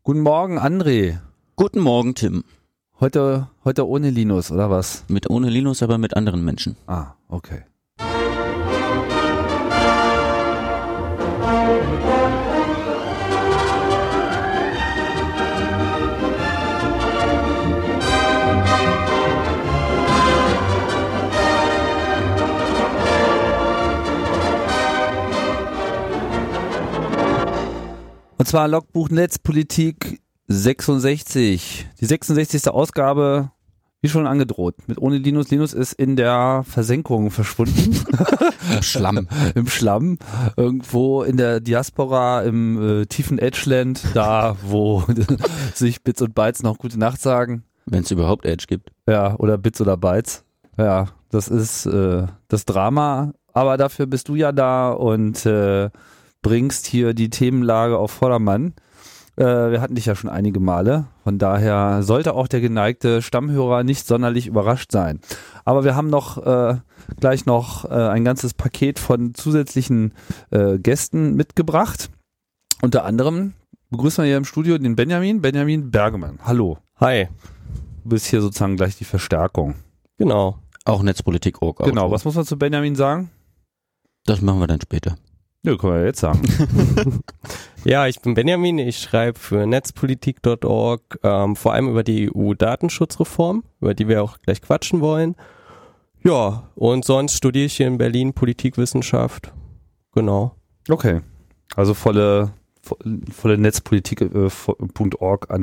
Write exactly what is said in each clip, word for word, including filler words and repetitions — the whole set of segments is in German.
Guten Morgen, André. Guten Morgen, Tim. Heute, heute ohne Linus, oder was? Mit ohne Linus, aber mit anderen Menschen. Ah, okay. Und zwar Logbuch Netzpolitik sechsundsechzig. Die sechsundsechzigste Ausgabe, wie schon angedroht, mit ohne Linus. Linus ist in der Versenkung verschwunden. Im Schlamm. Im Schlamm. Irgendwo in der Diaspora im äh, tiefen Edgeland, da wo sich Bits und Bytes noch gute Nacht sagen. Wenn es überhaupt Edge gibt. Ja, oder Bits oder Bytes. Ja, das ist äh, das Drama. Aber dafür bist du ja da und äh, bringst hier die Themenlage auf Vordermann. Äh, wir hatten dich ja schon einige Male, von daher sollte auch der geneigte Stammhörer nicht sonderlich überrascht sein. Aber wir haben noch äh, gleich noch äh, ein ganzes Paket von zusätzlichen äh, Gästen mitgebracht. Unter anderem begrüßen wir hier im Studio den Benjamin, Benjamin Bergemann. Hallo. Hi. Du bist hier sozusagen gleich die Verstärkung. Genau. Auch Netzpolitik Punkt org. Genau, was muss man zu Benjamin sagen? Das machen wir dann später. Ja, können wir ja jetzt sagen. Ja, ich bin Benjamin, ich schreibe für Netzpolitik Punkt org, ähm, vor allem über die E U-Datenschutzreform, über die wir auch gleich quatschen wollen. Ja, und sonst studiere ich hier in Berlin Politikwissenschaft. Genau. Okay, also volle, volle Netzpolitik Punkt org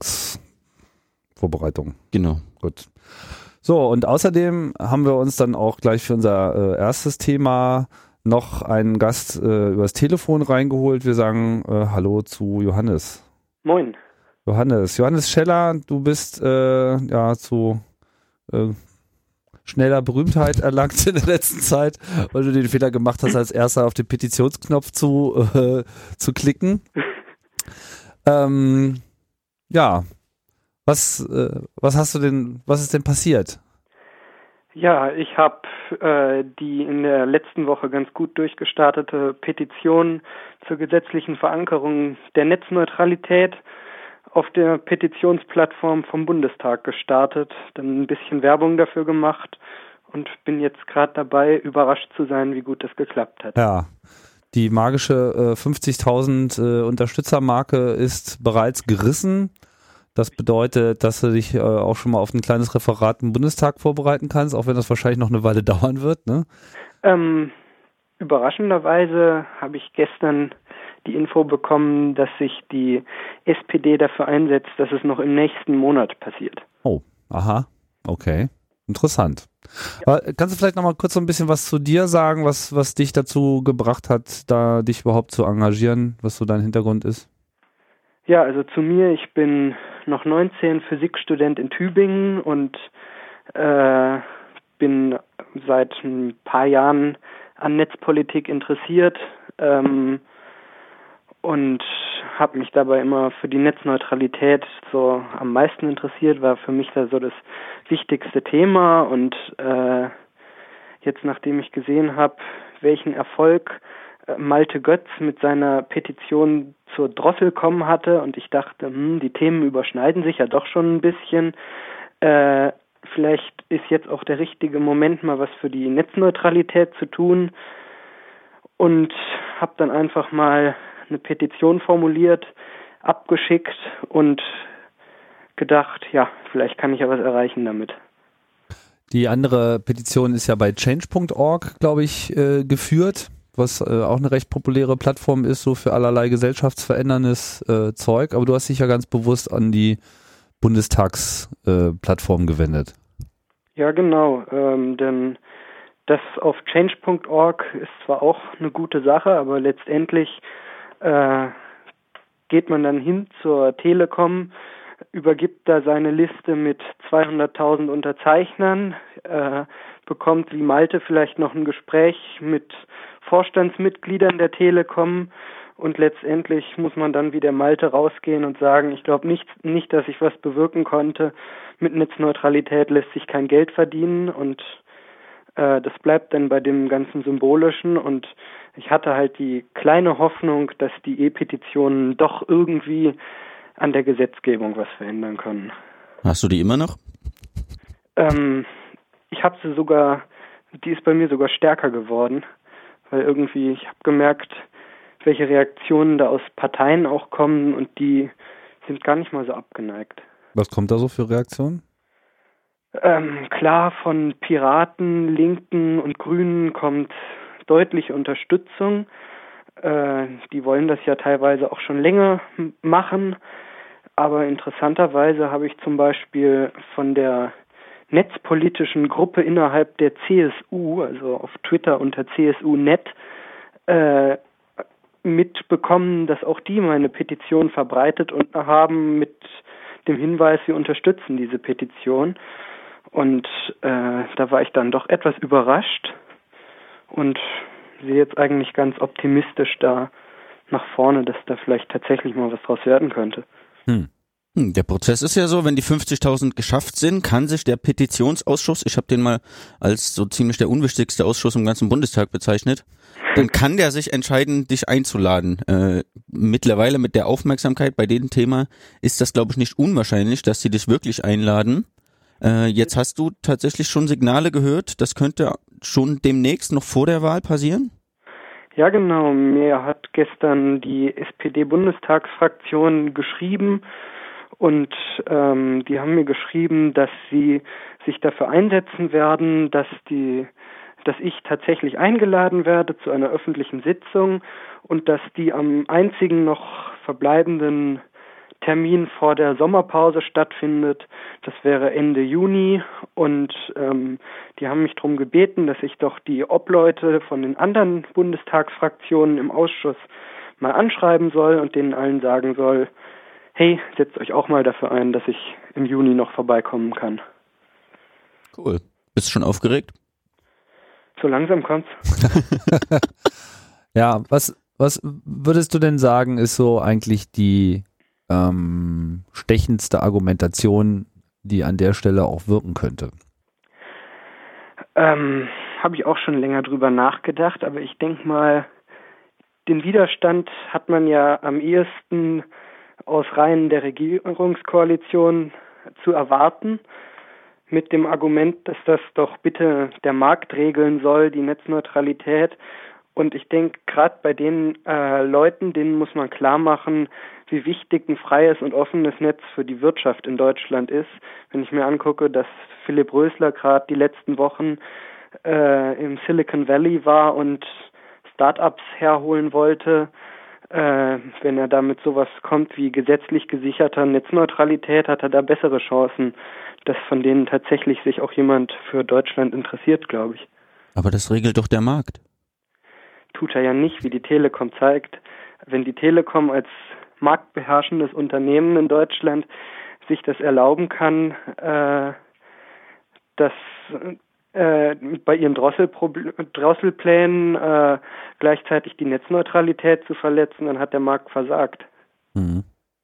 Anschlagsvorbereitung. Genau. Gut. So, und außerdem haben wir uns dann auch gleich für unser äh, erstes Thema noch einen Gast äh, übers Telefon reingeholt. Wir sagen äh, Hallo zu Johannes. Moin. Johannes. Johannes Scheller, du bist äh, ja zu äh, schneller Berühmtheit erlangt in der letzten Zeit, weil du den Fehler gemacht hast, als erster auf den Petitionsknopf zu, äh, zu klicken. ähm, ja, was, äh, was hast du denn, was ist denn passiert? Ja, ich habe äh, die in der letzten Woche ganz gut durchgestartete Petition zur gesetzlichen Verankerung der Netzneutralität auf der Petitionsplattform vom Bundestag gestartet, dann ein bisschen Werbung dafür gemacht und bin jetzt gerade dabei, überrascht zu sein, wie gut das geklappt hat. Ja, die magische äh, fünfzigtausend äh, Unterstützermarke ist bereits gerissen. Das bedeutet, dass du dich äh, auch schon mal auf ein kleines Referat im Bundestag vorbereiten kannst, auch wenn das wahrscheinlich noch eine Weile dauern wird, ne? Ähm, überraschenderweise habe ich gestern die Info bekommen, dass sich die S P D dafür einsetzt, dass es noch im nächsten Monat passiert. Oh, aha, okay, interessant. Ja. Aber kannst du vielleicht noch mal kurz so ein bisschen was zu dir sagen, was, was dich dazu gebracht hat, da dich überhaupt zu engagieren, was so dein Hintergrund ist? Ja, also zu mir, ich bin noch neunzehn, Physikstudent in Tübingen und äh, bin seit ein paar Jahren an Netzpolitik interessiert ähm, und habe mich dabei immer für die Netzneutralität so am meisten interessiert, war für mich da so das wichtigste Thema und äh, jetzt nachdem ich gesehen habe, welchen Erfolg Malte Götz mit seiner Petition zur Drosselcom hatte und ich dachte, hm, die Themen überschneiden sich ja doch schon ein bisschen. Äh, vielleicht ist jetzt auch der richtige Moment, mal was für die Netzneutralität zu tun und habe dann einfach mal eine Petition formuliert, abgeschickt und gedacht, ja, vielleicht kann ich ja was erreichen damit. Die andere Petition ist ja bei change Punkt org, glaube ich, äh, geführt, was äh, auch eine recht populäre Plattform ist, so für allerlei gesellschaftsveränderndes äh, Zeug. Aber du hast dich ja ganz bewusst an die Bundestagsplattform äh, gewendet. Ja, genau. Ähm, denn das auf change Punkt org ist zwar auch eine gute Sache, aber letztendlich äh, geht man dann hin zur Telekom, übergibt da seine Liste mit zweihunderttausend Unterzeichnern, äh, bekommt wie Malte vielleicht noch ein Gespräch mit Vorstandsmitgliedern der Telekom und letztendlich muss man dann wie der Malte rausgehen und sagen, ich glaube nicht, nicht, dass ich was bewirken konnte. Mit Netzneutralität lässt sich kein Geld verdienen und äh, das bleibt dann bei dem ganzen Symbolischen und ich hatte halt die kleine Hoffnung, dass die E-Petitionen doch irgendwie an der Gesetzgebung was verändern können. Hast du die immer noch? Ähm, ich habe sie sogar, die ist bei mir sogar stärker geworden, weil irgendwie, ich habe gemerkt, welche Reaktionen da aus Parteien auch kommen und die sind gar nicht mal so abgeneigt. Was kommt da so für Reaktionen? Ähm, klar, von Piraten, Linken und Grünen kommt deutliche Unterstützung. Äh, die wollen das ja teilweise auch schon länger m- machen. Aber interessanterweise habe ich zum Beispiel von der netzpolitischen Gruppe innerhalb der C S U, also auf Twitter unter C S U Punkt net, äh, mitbekommen, dass auch die meine Petition verbreitet und haben mit dem Hinweis, sie unterstützen diese Petition. Und äh, da war ich dann doch etwas überrascht und sehe jetzt eigentlich ganz optimistisch da nach vorne, dass da vielleicht tatsächlich mal was draus werden könnte. Hm. Der Prozess ist ja so, wenn die fünfzigtausend geschafft sind, kann sich der Petitionsausschuss, ich habe den mal als so ziemlich der unwichtigste Ausschuss im ganzen Bundestag bezeichnet, dann kann der sich entscheiden, dich einzuladen. Äh, mittlerweile mit der Aufmerksamkeit bei dem Thema ist das, glaube ich, nicht unwahrscheinlich, dass sie dich wirklich einladen. Äh, jetzt hast du tatsächlich schon Signale gehört, das könnte schon demnächst noch vor der Wahl passieren? Ja, genau. Mir hat gestern die S P D-Bundestagsfraktion geschrieben und ähm, die haben mir geschrieben, dass sie sich dafür einsetzen werden, dass die, dass ich tatsächlich eingeladen werde zu einer öffentlichen Sitzung und dass die am einzigen noch verbleibenden Termin vor der Sommerpause stattfindet. Das wäre Ende Juni und ähm, die haben mich darum gebeten, dass ich doch die Obleute von den anderen Bundestagsfraktionen im Ausschuss mal anschreiben soll und denen allen sagen soll, hey, setzt euch auch mal dafür ein, dass ich im Juni noch vorbeikommen kann. Cool. Bist du schon aufgeregt? So langsam kommt's. Ja, was, was würdest du denn sagen, ist so eigentlich die ähm, stechendste Argumentation, die an der Stelle auch wirken könnte? Ähm, habe ich auch schon länger drüber nachgedacht, aber ich denke mal, den Widerstand hat man ja am ehesten aus Reihen der Regierungskoalition zu erwarten, mit dem Argument, dass das doch bitte der Markt regeln soll, die Netzneutralität. Und ich denke, gerade bei den äh, Leuten, denen muss man klar machen, wie wichtig ein freies und offenes Netz für die Wirtschaft in Deutschland ist. Wenn ich mir angucke, dass Philipp Rösler gerade die letzten Wochen äh, im Silicon Valley war und Start-ups herholen wollte, äh, wenn er damit sowas kommt wie gesetzlich gesicherter Netzneutralität, hat er da bessere Chancen, dass von denen tatsächlich sich auch jemand für Deutschland interessiert, glaube ich. Aber das regelt doch der Markt. Tut er ja nicht, wie die Telekom zeigt. Wenn die Telekom als marktbeherrschendes Unternehmen in Deutschland sich das erlauben kann, äh, dass äh, bei ihren Drosselproble- Drosselplänen äh, gleichzeitig die Netzneutralität zu verletzen, dann hat der Markt versagt. Mhm.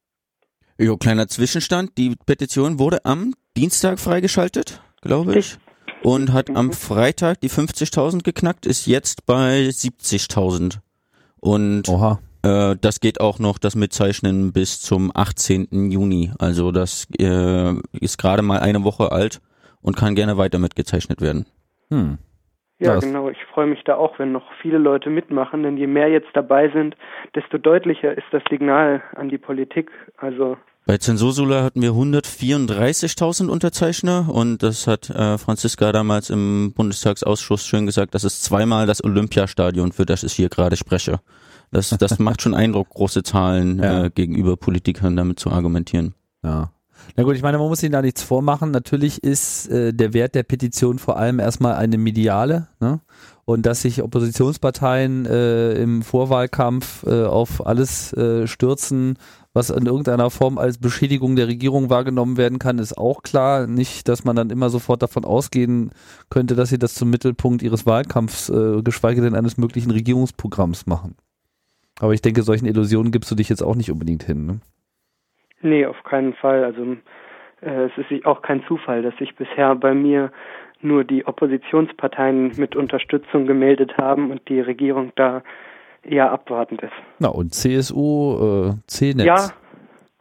Jo, kleiner Zwischenstand. Die Petition wurde am Dienstag freigeschaltet, glaube ich. Und hat am Freitag die fünfzigtausend geknackt, ist jetzt bei siebzigtausend. Und Oha. äh, das geht auch noch, das Mitzeichnen, bis zum achtzehnten Juni. Also das äh, ist gerade mal eine Woche alt und kann gerne weiter mitgezeichnet werden. Hm. Ja, Ja, genau. Ich freue mich da auch, wenn noch viele Leute mitmachen, denn je mehr jetzt dabei sind, desto deutlicher ist das Signal an die Politik. Also Bei Zensursula hatten wir hundertvierunddreißigtausend Unterzeichner und das hat äh, Franziska damals im Bundestagsausschuss schön gesagt, das ist zweimal das Olympiastadion, für das ich hier gerade spreche. Das, das macht schon Eindruck, große Zahlen Ja. äh, gegenüber Politikern damit zu argumentieren. Ja. Na gut, ich meine, man muss ihnen da nichts vormachen. Natürlich ist äh, der Wert der Petition vor allem erstmal eine mediale, ne? Und dass sich Oppositionsparteien äh, im Vorwahlkampf äh, auf alles äh, stürzen, was in irgendeiner Form als Beschädigung der Regierung wahrgenommen werden kann, ist auch klar. Nicht, dass man dann immer sofort davon ausgehen könnte, dass sie das zum Mittelpunkt ihres Wahlkampfs, äh, geschweige denn eines möglichen Regierungsprogramms machen. Aber ich denke, solchen Illusionen gibst du dich jetzt auch nicht unbedingt hin, ne? nee, auf keinen Fall. Also äh, es ist auch kein Zufall, dass sich bisher bei mir nur die Oppositionsparteien mit Unterstützung gemeldet haben und die Regierung da eher abwartend ist. Na und C S U, äh, C-Netz. Ja,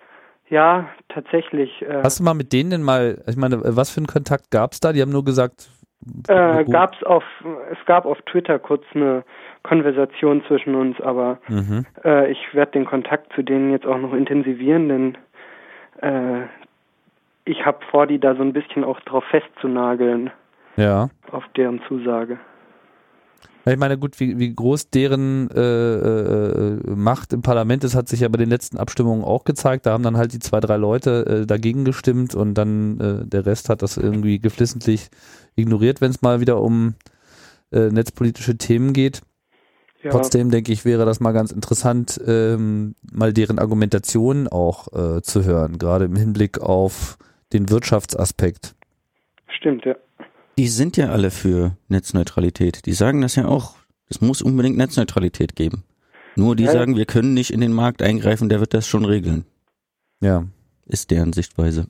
Ja, tatsächlich. Äh, Hast du mal mit denen denn mal, ich meine, was für einen Kontakt gab es da? Die haben nur gesagt, äh, gab's auf, es gab auf Twitter kurz eine Konversation zwischen uns, aber mhm. äh, ich werde den Kontakt zu denen jetzt auch noch intensivieren, denn äh, ich habe vor, die da so ein bisschen auch drauf festzunageln, ja. auf deren Zusage. Ich meine, gut, wie, wie groß deren äh, äh, Macht im Parlament ist, hat sich ja bei den letzten Abstimmungen auch gezeigt. Da haben dann halt die zwei, drei Leute äh, dagegen gestimmt und dann äh, der Rest hat das irgendwie geflissentlich ignoriert, wenn es mal wieder um äh, netzpolitische Themen geht. Ja. Trotzdem denke ich, wäre das mal ganz interessant, ähm, mal deren Argumentation auch äh, zu hören, gerade im Hinblick auf den Wirtschaftsaspekt. Stimmt, ja. Die sind ja alle für Netzneutralität. Die sagen das ja auch. Es muss unbedingt Netzneutralität geben. Nur die ja. sagen, wir können nicht in den Markt eingreifen, der wird das schon regeln. Ja. Ist deren Sichtweise.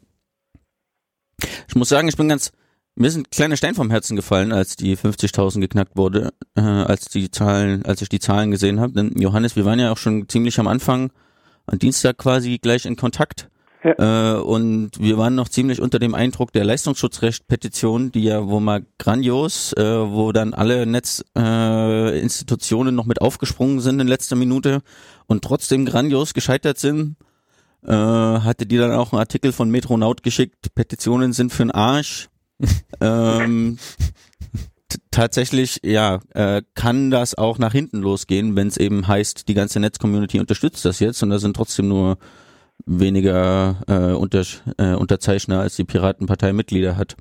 Ich muss sagen, ich bin ganz, mir ist ein kleiner Stein vom Herzen gefallen, als die fünfzigtausend geknackt wurde, äh, als die Zahlen, als ich die Zahlen gesehen habe. Denn Johannes, wir waren ja auch schon ziemlich am Anfang, am Dienstag quasi gleich in Kontakt. Ja. Äh, und wir waren noch ziemlich unter dem Eindruck der Leistungsschutzrecht-Petition, die ja wo mal grandios, äh, wo dann alle Netzinstitutionen äh, Institutionen noch mit aufgesprungen sind in letzter Minute und trotzdem grandios gescheitert sind. Äh, hatte die dann auch einen Artikel von Metronaut geschickt, Petitionen sind für'n Arsch. ähm, t- tatsächlich, ja, äh, kann das auch nach hinten losgehen, wenn es eben heißt, die ganze Netz-Community unterstützt das jetzt und da sind trotzdem nur weniger äh, unter, äh, Unterzeichner als die Piratenpartei Mitglieder hat.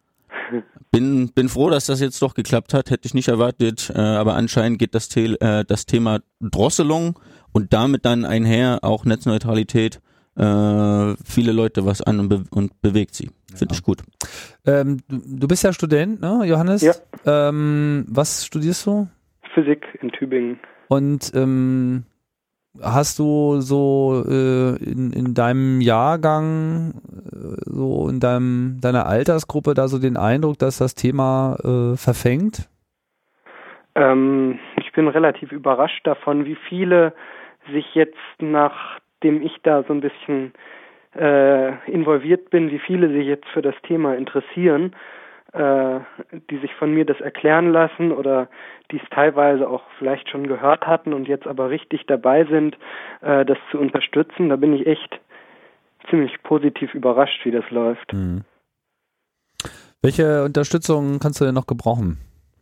Bin bin froh, dass das jetzt doch geklappt hat, hätte ich nicht erwartet, äh, aber anscheinend geht das, Te- äh, das Thema Drosselung und damit dann einher auch Netzneutralität äh, viele Leute was an und, be- und bewegt sie. Finde ja. ich gut. Ähm, du, du bist ja Student, ne, Johannes? Ja. Ähm, was studierst du? Physik in Tübingen. Und ähm, hast du so äh, in, in deinem Jahrgang, äh, so in deinem deiner Altersgruppe da so den Eindruck, dass das Thema äh, verfängt? Ähm, ich bin relativ überrascht davon, wie viele sich jetzt, nachdem ich da so ein bisschen äh, involviert bin, wie viele sich jetzt für das Thema interessieren, äh, die sich von mir das erklären lassen oder die es teilweise auch vielleicht schon gehört hatten und jetzt aber richtig dabei sind, äh, das zu unterstützen. Da bin ich echt ziemlich positiv überrascht, wie das läuft. Mhm. Welche Unterstützung kannst du denn noch gebrauchen?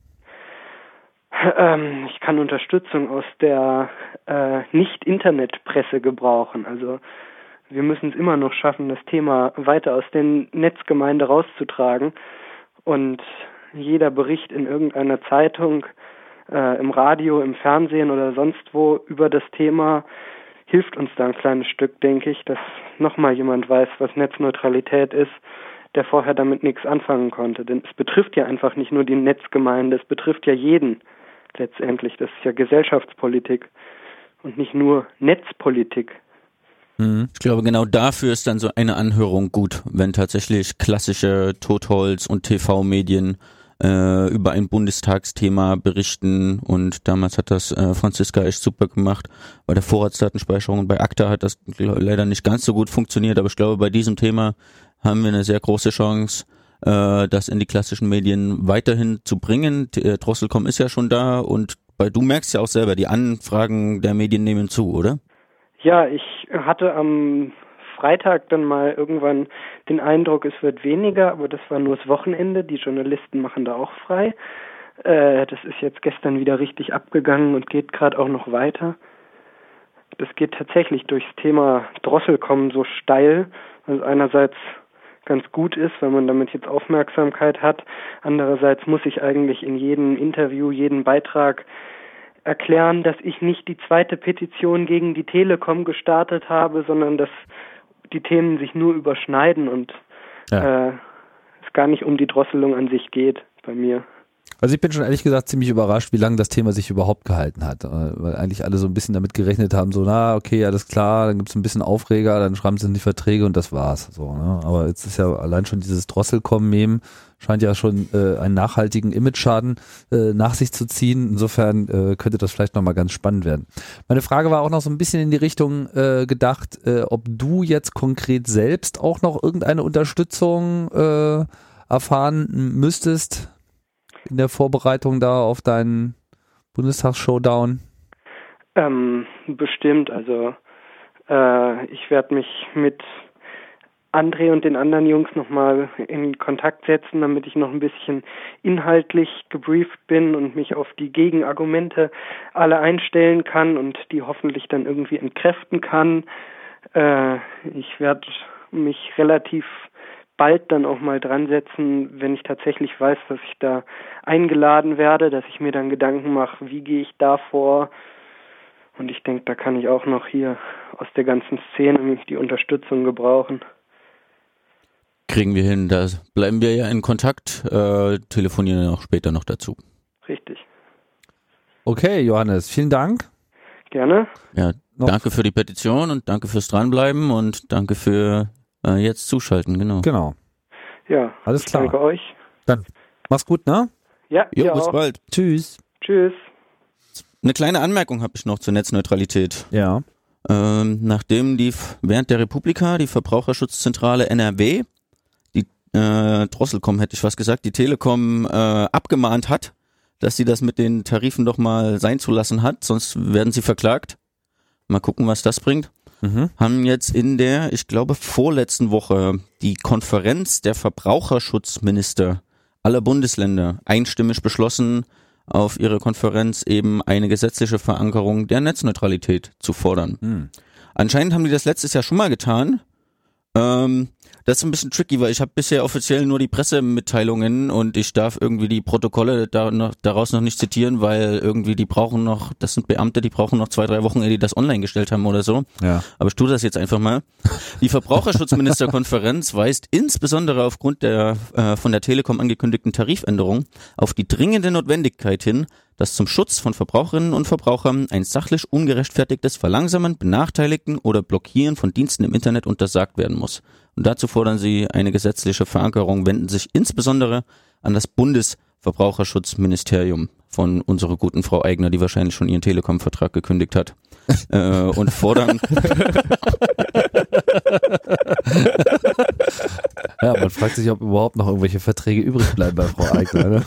Ähm, ich kann Unterstützung aus der äh, Nicht-Internet-Presse gebrauchen. Also wir müssen es immer noch schaffen, das Thema weiter aus der Netzgemeinde rauszutragen. Und jeder Bericht in irgendeiner Zeitung, äh, im Radio, im Fernsehen oder sonst wo über das Thema hilft uns da ein kleines Stück, denke ich, dass nochmal jemand weiß, was Netzneutralität ist, der vorher damit nichts anfangen konnte. Denn es betrifft ja einfach nicht nur die Netzgemeinde, es betrifft ja jeden letztendlich. Das ist ja Gesellschaftspolitik und nicht nur Netzpolitik. Ich glaube, genau dafür ist dann so eine Anhörung gut, wenn tatsächlich klassische Totholz- und T V-Medien äh, über ein Bundestagsthema berichten und damals hat das äh, Franziska echt super gemacht. Bei der Vorratsdatenspeicherung und bei ACTA hat das leider nicht ganz so gut funktioniert, aber ich glaube, bei diesem Thema haben wir eine sehr große Chance, äh, das in die klassischen Medien weiterhin zu bringen. T- Drosselcom ist ja schon da und bei, du merkst ja auch selber, die Anfragen der Medien nehmen zu, oder? Ja, ich hatte am Freitag dann mal irgendwann den Eindruck, es wird weniger, aber das war nur das Wochenende. Die Journalisten machen da auch frei. Äh, das ist jetzt gestern wieder richtig abgegangen und geht gerade auch noch weiter. Das geht tatsächlich durchs Thema Drosselcom so steil, was einerseits ganz gut ist, weil man damit jetzt Aufmerksamkeit hat. Andererseits muss ich eigentlich in jedem Interview, jeden Beitrag erklären, dass ich nicht die zweite Petition gegen die Telekom gestartet habe, sondern dass die Themen sich nur überschneiden und ja. äh, es gar nicht um die Drosselung an sich geht bei mir. Also ich bin schon ehrlich gesagt ziemlich überrascht, wie lange das Thema sich überhaupt gehalten hat, weil eigentlich alle so ein bisschen damit gerechnet haben, so na okay, alles klar, dann gibt's ein bisschen Aufreger, dann schreiben sie in die Verträge und das war's. So, ne? Aber jetzt ist ja allein schon dieses Drosselkom-Meme scheint ja schon äh, einen nachhaltigen Image-Schaden äh, nach sich zu ziehen. Insofern äh, könnte das vielleicht nochmal ganz spannend werden. Meine Frage war auch noch so ein bisschen in die Richtung äh, gedacht, äh, ob du jetzt konkret selbst auch noch irgendeine Unterstützung äh, erfahren müsstest in der Vorbereitung da auf deinen Bundestags-Showdown? Ähm, bestimmt, also äh, ich werde mich mit André und den anderen Jungs nochmal in Kontakt setzen, damit ich noch ein bisschen inhaltlich gebrieft bin und mich auf die Gegenargumente alle einstellen kann und die hoffentlich dann irgendwie entkräften kann. Äh, ich werde mich relativ bald dann auch mal dran setzen, wenn ich tatsächlich weiß, dass ich da eingeladen werde, dass ich mir dann Gedanken mache, wie gehe ich da vor. Und ich denke, da kann ich auch noch hier aus der ganzen Szene die Unterstützung gebrauchen. Kriegen wir hin, da bleiben wir ja in Kontakt, äh, telefonieren auch später noch dazu. Richtig. Okay, Johannes, vielen Dank. Gerne. Ja, Noch danke für die Petition und danke fürs Dranbleiben und danke für äh, jetzt zuschalten, genau. Genau. Ja, Alles klar. Danke euch. Dann mach's gut, ne? Ja, Jo, ihr bis auch. bald. Tschüss. Tschüss. Eine kleine Anmerkung habe ich noch zur Netzneutralität. Ja. Ähm, nachdem die f- während der Republika die Verbraucherschutzzentrale N R W, die äh, Drosselkom hätte ich was gesagt, die Telekom äh, abgemahnt hat, dass sie das mit den Tarifen doch mal sein zu lassen hat, sonst werden sie verklagt. Mal gucken, was das bringt. Mhm. Haben jetzt in der, ich glaube, vorletzten Woche die Konferenz der Verbraucherschutzminister aller Bundesländer einstimmig beschlossen, auf ihre Konferenz eben eine gesetzliche Verankerung der Netzneutralität zu fordern. Mhm. Anscheinend haben die das letztes Jahr schon mal getan. Ähm, das ist ein bisschen tricky, weil ich habe bisher offiziell nur die Pressemitteilungen und ich darf irgendwie die Protokolle da noch, daraus noch nicht zitieren, weil irgendwie die brauchen noch, das sind Beamte, die brauchen noch zwei, drei Wochen, ehe die das online gestellt haben oder so. Ja. Aber ich tue das jetzt einfach mal. Die Verbraucherschutzministerkonferenz weist insbesondere aufgrund der äh, von der Telekom angekündigten Tarifänderung auf die dringende Notwendigkeit hin, dass zum Schutz von Verbraucherinnen und Verbrauchern ein sachlich ungerechtfertigtes Verlangsamen, Benachteiligen oder Blockieren von Diensten im Internet untersagt werden muss. Und dazu fordern sie eine gesetzliche Verankerung, wenden sich insbesondere an das Bundesverbraucherschutzministerium von unserer guten Frau Eigner, die wahrscheinlich schon ihren Telekom-Vertrag gekündigt hat, äh, und fordern... Ja, man fragt sich, ob überhaupt noch irgendwelche Verträge übrig bleiben bei Frau Eigner. Ne?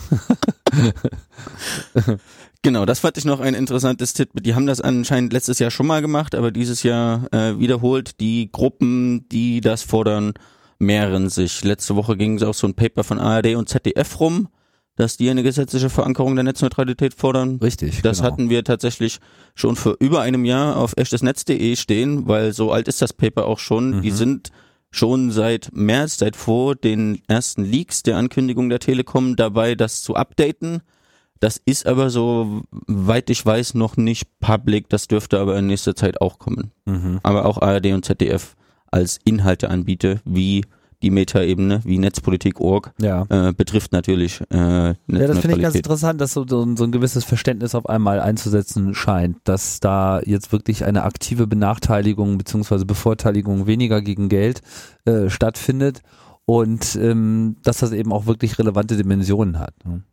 Genau, das fand ich noch ein interessantes Tipp. Die haben das anscheinend letztes Jahr schon mal gemacht, aber dieses Jahr äh, wiederholt. Die Gruppen, die das fordern, mehren sich. Letzte Woche ging es auch so ein Paper von A R D und Z D F rum, dass die eine gesetzliche Verankerung der Netzneutralität fordern. Richtig, Das genau. hatten wir tatsächlich schon vor über einem Jahr auf echtesnetz punkt de stehen, weil so alt ist das Paper auch schon. Mhm. Die sind schon seit März, seit vor den ersten Leaks der Ankündigung der Telekom dabei, das zu updaten. Das ist aber so, weit ich weiß, noch nicht public. Das dürfte aber in nächster Zeit auch kommen. Mhm. Aber auch A R D und Z D F als Inhalteanbieter wie die Metaebene, wie Netzpolitik Punkt org, Ja. äh, betrifft natürlich äh, Netzneutralität. Ja, das finde ich ganz interessant, dass so, so, so ein gewisses Verständnis auf einmal einzusetzen scheint, dass da jetzt wirklich eine aktive Benachteiligung bzw. Bevorteiligung weniger gegen Geld äh, stattfindet und ähm, dass das eben auch wirklich relevante Dimensionen hat. Ne?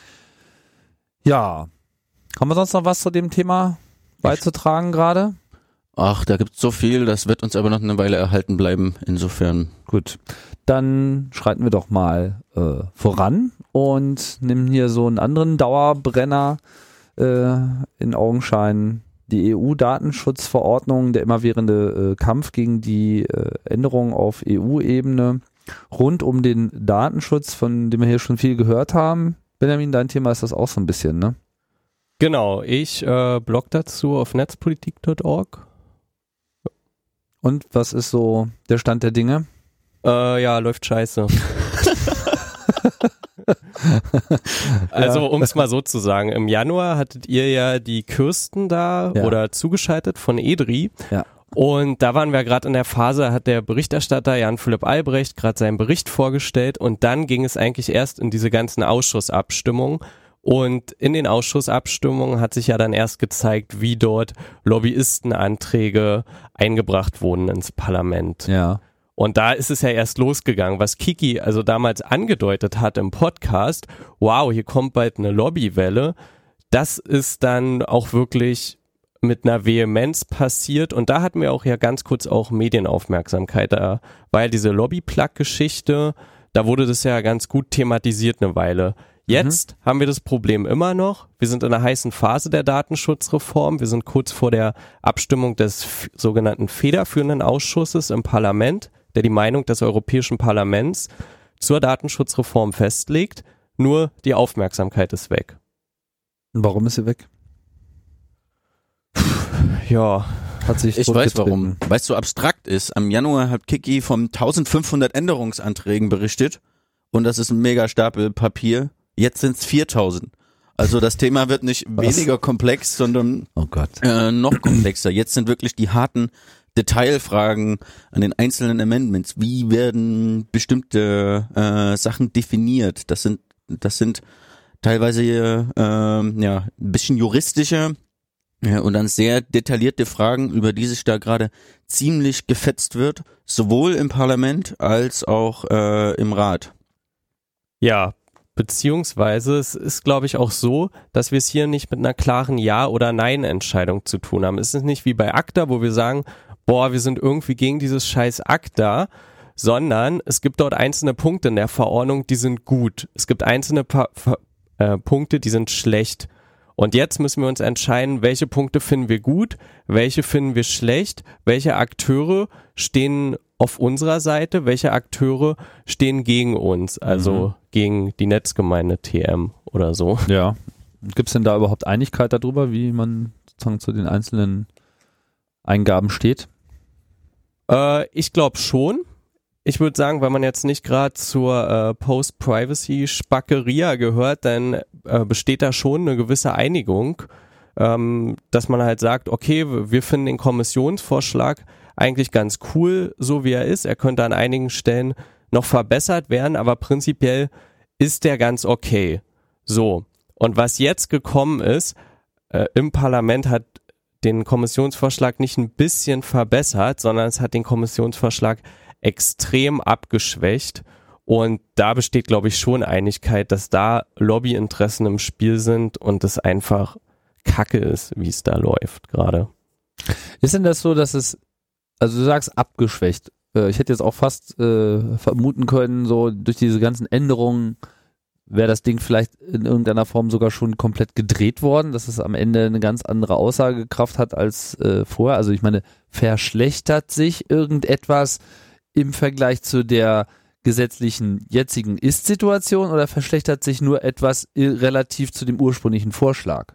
Ja, haben wir sonst noch was zu dem Thema beizutragen gerade? Ach, da gibt's so viel, das wird uns aber noch eine Weile erhalten bleiben. Insofern. Gut, dann schreiten wir doch mal äh, voran und nehmen hier so einen anderen Dauerbrenner äh, in Augenschein. Die E U-Datenschutzverordnung, der immerwährende äh, Kampf gegen die äh, Änderungen auf E U-Ebene rund um den Datenschutz, von dem wir hier schon viel gehört haben. Benjamin, dein Thema ist das auch so ein bisschen, ne? Genau, ich äh, blog dazu auf netzpolitik punkt org. Und was ist so der Stand der Dinge? Äh, ja, läuft scheiße. Also, um es mal so zu sagen, im Januar hattet ihr ja die Kirsten da Ja. oder zugeschaltet von E D R I. Ja. Und da waren wir gerade in der Phase, hat der Berichterstatter Jan-Philipp Albrecht gerade seinen Bericht vorgestellt und dann ging es eigentlich erst in diese ganzen Ausschussabstimmungen. Und in den Ausschussabstimmungen hat sich ja dann erst gezeigt, wie dort Lobbyistenanträge eingebracht wurden ins Parlament. Ja. Und da ist es ja erst losgegangen, was Kiki also damals angedeutet hat im Podcast, wow, hier kommt bald eine Lobbywelle, das ist dann auch wirklich mit einer Vehemenz passiert und da hatten wir auch ja ganz kurz auch Medienaufmerksamkeit, da war ja diese Lobby-Plug-Geschichte, da wurde das ja ganz gut thematisiert eine Weile. Jetzt mhm. haben wir das Problem immer noch. Wir sind in einer heißen Phase der Datenschutzreform. Wir sind kurz vor der Abstimmung des f- sogenannten federführenden Ausschusses im Parlament, der die Meinung des Europäischen Parlaments zur Datenschutzreform festlegt. Nur die Aufmerksamkeit ist weg. Warum ist sie weg? Ja, hat sich Ich weiß warum. Weil es so abstrakt ist. Am Januar hat Kiki von eintausendfünfhundert Änderungsanträgen berichtet und das ist ein mega Stapel Papier. Jetzt sind es viertausend. Also das Thema wird nicht Was? weniger komplex, sondern oh Gott. Äh, noch komplexer. Jetzt sind wirklich die harten Detailfragen an den einzelnen Amendments. Wie werden bestimmte äh, Sachen definiert? Das sind das sind teilweise äh, ja ein bisschen juristische ja, und dann sehr detaillierte Fragen, über die sich da gerade ziemlich gefetzt wird, sowohl im Parlament als auch äh, im Rat. Ja, beziehungsweise es ist, glaube ich, auch so, dass wir es hier nicht mit einer klaren Ja- oder Nein-Entscheidung zu tun haben. Es ist nicht wie bei ACTA, wo wir sagen, boah, wir sind irgendwie gegen dieses scheiß ACTA, sondern es gibt dort einzelne Punkte in der Verordnung, die sind gut. Es gibt einzelne pa- pa- äh, Punkte, die sind schlecht. Und jetzt müssen wir uns entscheiden, welche Punkte finden wir gut, welche finden wir schlecht, welche Akteure stehen auf unserer Seite, welche Akteure stehen gegen uns, also mhm. gegen die Netzgemeinde T M oder so. Ja. Gibt es denn da überhaupt Einigkeit darüber, wie man sozusagen zu den einzelnen Eingaben steht? Äh, ich glaube schon. Ich würde sagen, weil man jetzt nicht gerade zur äh, Post-Privacy-Spackeria gehört, dann äh, besteht da schon eine gewisse Einigung, ähm, dass man halt sagt, okay, wir finden den Kommissionsvorschlag eigentlich ganz cool, so wie er ist. Er könnte an einigen Stellen noch verbessert werden, aber prinzipiell ist der ganz okay. So, und was jetzt gekommen ist, äh, im Parlament hat den Kommissionsvorschlag nicht ein bisschen verbessert, sondern es hat den Kommissionsvorschlag extrem abgeschwächt und da besteht, glaube ich, schon Einigkeit, dass da Lobbyinteressen im Spiel sind und es einfach Kacke ist, wie es da läuft gerade. Ist denn das so, dass es, also du sagst abgeschwächt, ich hätte jetzt auch fast äh, vermuten können, so durch diese ganzen Änderungen wäre das Ding vielleicht in irgendeiner Form sogar schon komplett gedreht worden, dass es am Ende eine ganz andere Aussagekraft hat als äh, vorher. Also ich meine, verschlechtert sich irgendetwas im Vergleich zu der gesetzlichen jetzigen Ist-Situation oder verschlechtert sich nur etwas relativ zu dem ursprünglichen Vorschlag?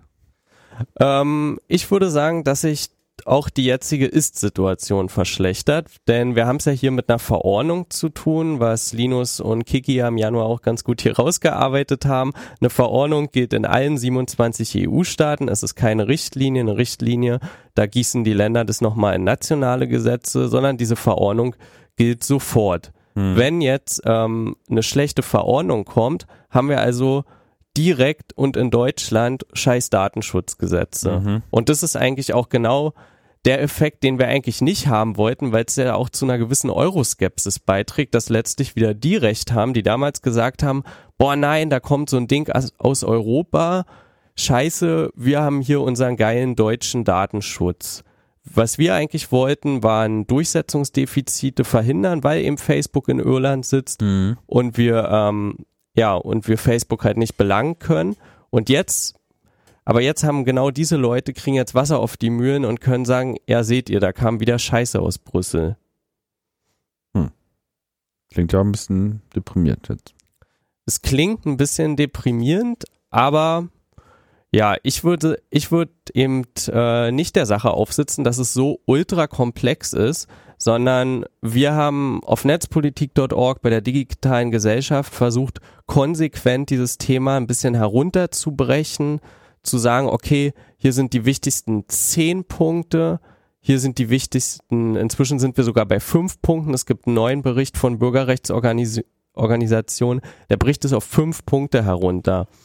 Ähm, ich würde sagen, dass sich auch die jetzige Ist-Situation verschlechtert, denn wir haben es ja hier mit einer Verordnung zu tun, was Linus und Kiki ja im Januar auch ganz gut hier rausgearbeitet haben. Eine Verordnung gilt in allen siebenundzwanzig E U-Staaten, es ist keine Richtlinie, eine Richtlinie, da gießen die Länder das nochmal in nationale Gesetze, sondern diese Verordnung gilt sofort. Hm. Wenn jetzt ähm, eine schlechte Verordnung kommt, haben wir also direkt und in Deutschland scheiß Datenschutzgesetze. Mhm. Und das ist eigentlich auch genau der Effekt, den wir eigentlich nicht haben wollten, weil es ja auch zu einer gewissen Euroskepsis beiträgt, dass letztlich wieder die Recht haben, die damals gesagt haben, boah nein, da kommt so ein Ding aus, aus Europa, scheiße, wir haben hier unseren geilen deutschen Datenschutz. Was wir eigentlich wollten, waren Durchsetzungsdefizite verhindern, weil eben Facebook in Irland sitzt mhm. und wir ähm, ja und wir Facebook halt nicht belangen können. Und jetzt, aber jetzt haben genau diese Leute, kriegen jetzt Wasser auf die Mühlen und können sagen, ja seht ihr, da kam wieder Scheiße aus Brüssel. Hm. Klingt ja ein bisschen deprimiert jetzt. Es klingt ein bisschen deprimierend, aber ja, ich würde, ich würde eben äh, nicht der Sache aufsitzen, dass es so ultra komplex ist, sondern wir haben auf netzpolitik punkt org bei der digitalen Gesellschaft versucht, konsequent dieses Thema ein bisschen herunterzubrechen, zu sagen, okay, hier sind die wichtigsten zehn Punkte, hier sind die wichtigsten, inzwischen sind wir sogar bei fünf Punkten, es gibt einen neuen Bericht von Bürgerrechtsorganisationen, der bricht es auf fünf Punkte herunter.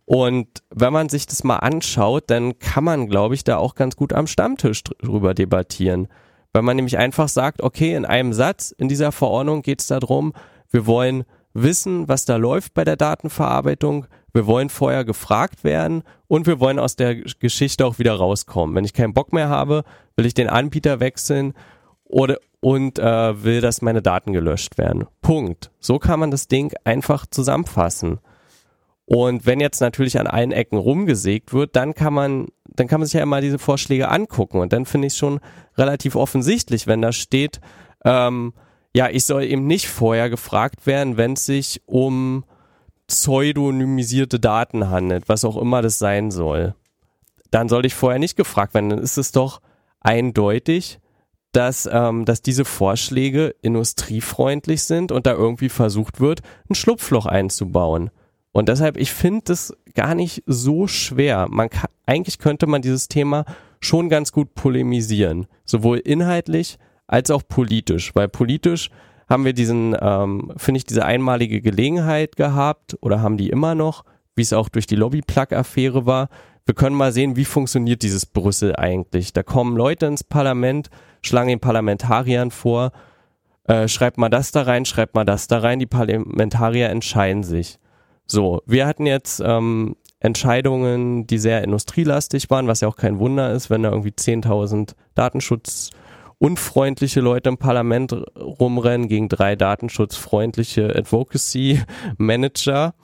Und wenn man sich das mal anschaut, dann kann man, glaube ich, da auch ganz gut am Stammtisch drüber debattieren. Wenn man nämlich einfach sagt, okay, in einem Satz in dieser Verordnung geht es darum, wir wollen wissen, was da läuft bei der Datenverarbeitung, wir wollen vorher gefragt werden und wir wollen aus der Geschichte auch wieder rauskommen. Wenn ich keinen Bock mehr habe, will ich den Anbieter wechseln oder und äh, will, dass meine Daten gelöscht werden. Punkt. So kann man das Ding einfach zusammenfassen. Und wenn jetzt natürlich an allen Ecken rumgesägt wird, dann kann man, dann kann man sich ja immer diese Vorschläge angucken. Und dann finde ich es schon relativ offensichtlich, wenn da steht, ähm, ja, ich soll eben nicht vorher gefragt werden, wenn es sich um pseudonymisierte Daten handelt, was auch immer das sein soll. Dann soll ich vorher nicht gefragt werden. Dann ist es doch eindeutig, dass, ähm, dass diese Vorschläge industriefreundlich sind und da irgendwie versucht wird, ein Schlupfloch einzubauen. Und deshalb, ich finde das gar nicht so schwer. Man kann, eigentlich könnte man dieses Thema schon ganz gut polemisieren, sowohl inhaltlich als auch politisch, weil politisch haben wir diesen, ähm, finde ich, diese einmalige Gelegenheit gehabt oder haben die immer noch, wie es auch durch die Lobby-Plug-Affäre war. Wir können mal sehen, wie funktioniert dieses Brüssel eigentlich. Da kommen Leute ins Parlament, schlagen den Parlamentariern vor, äh, schreibt mal das da rein, schreibt mal das da rein, die Parlamentarier entscheiden sich. So, wir hatten jetzt ähm, Entscheidungen, die sehr industrielastig waren, was ja auch kein Wunder ist, wenn da irgendwie zehntausend datenschutzunfreundliche Leute im Parlament rumrennen gegen drei datenschutzfreundliche Advocacy-Manager.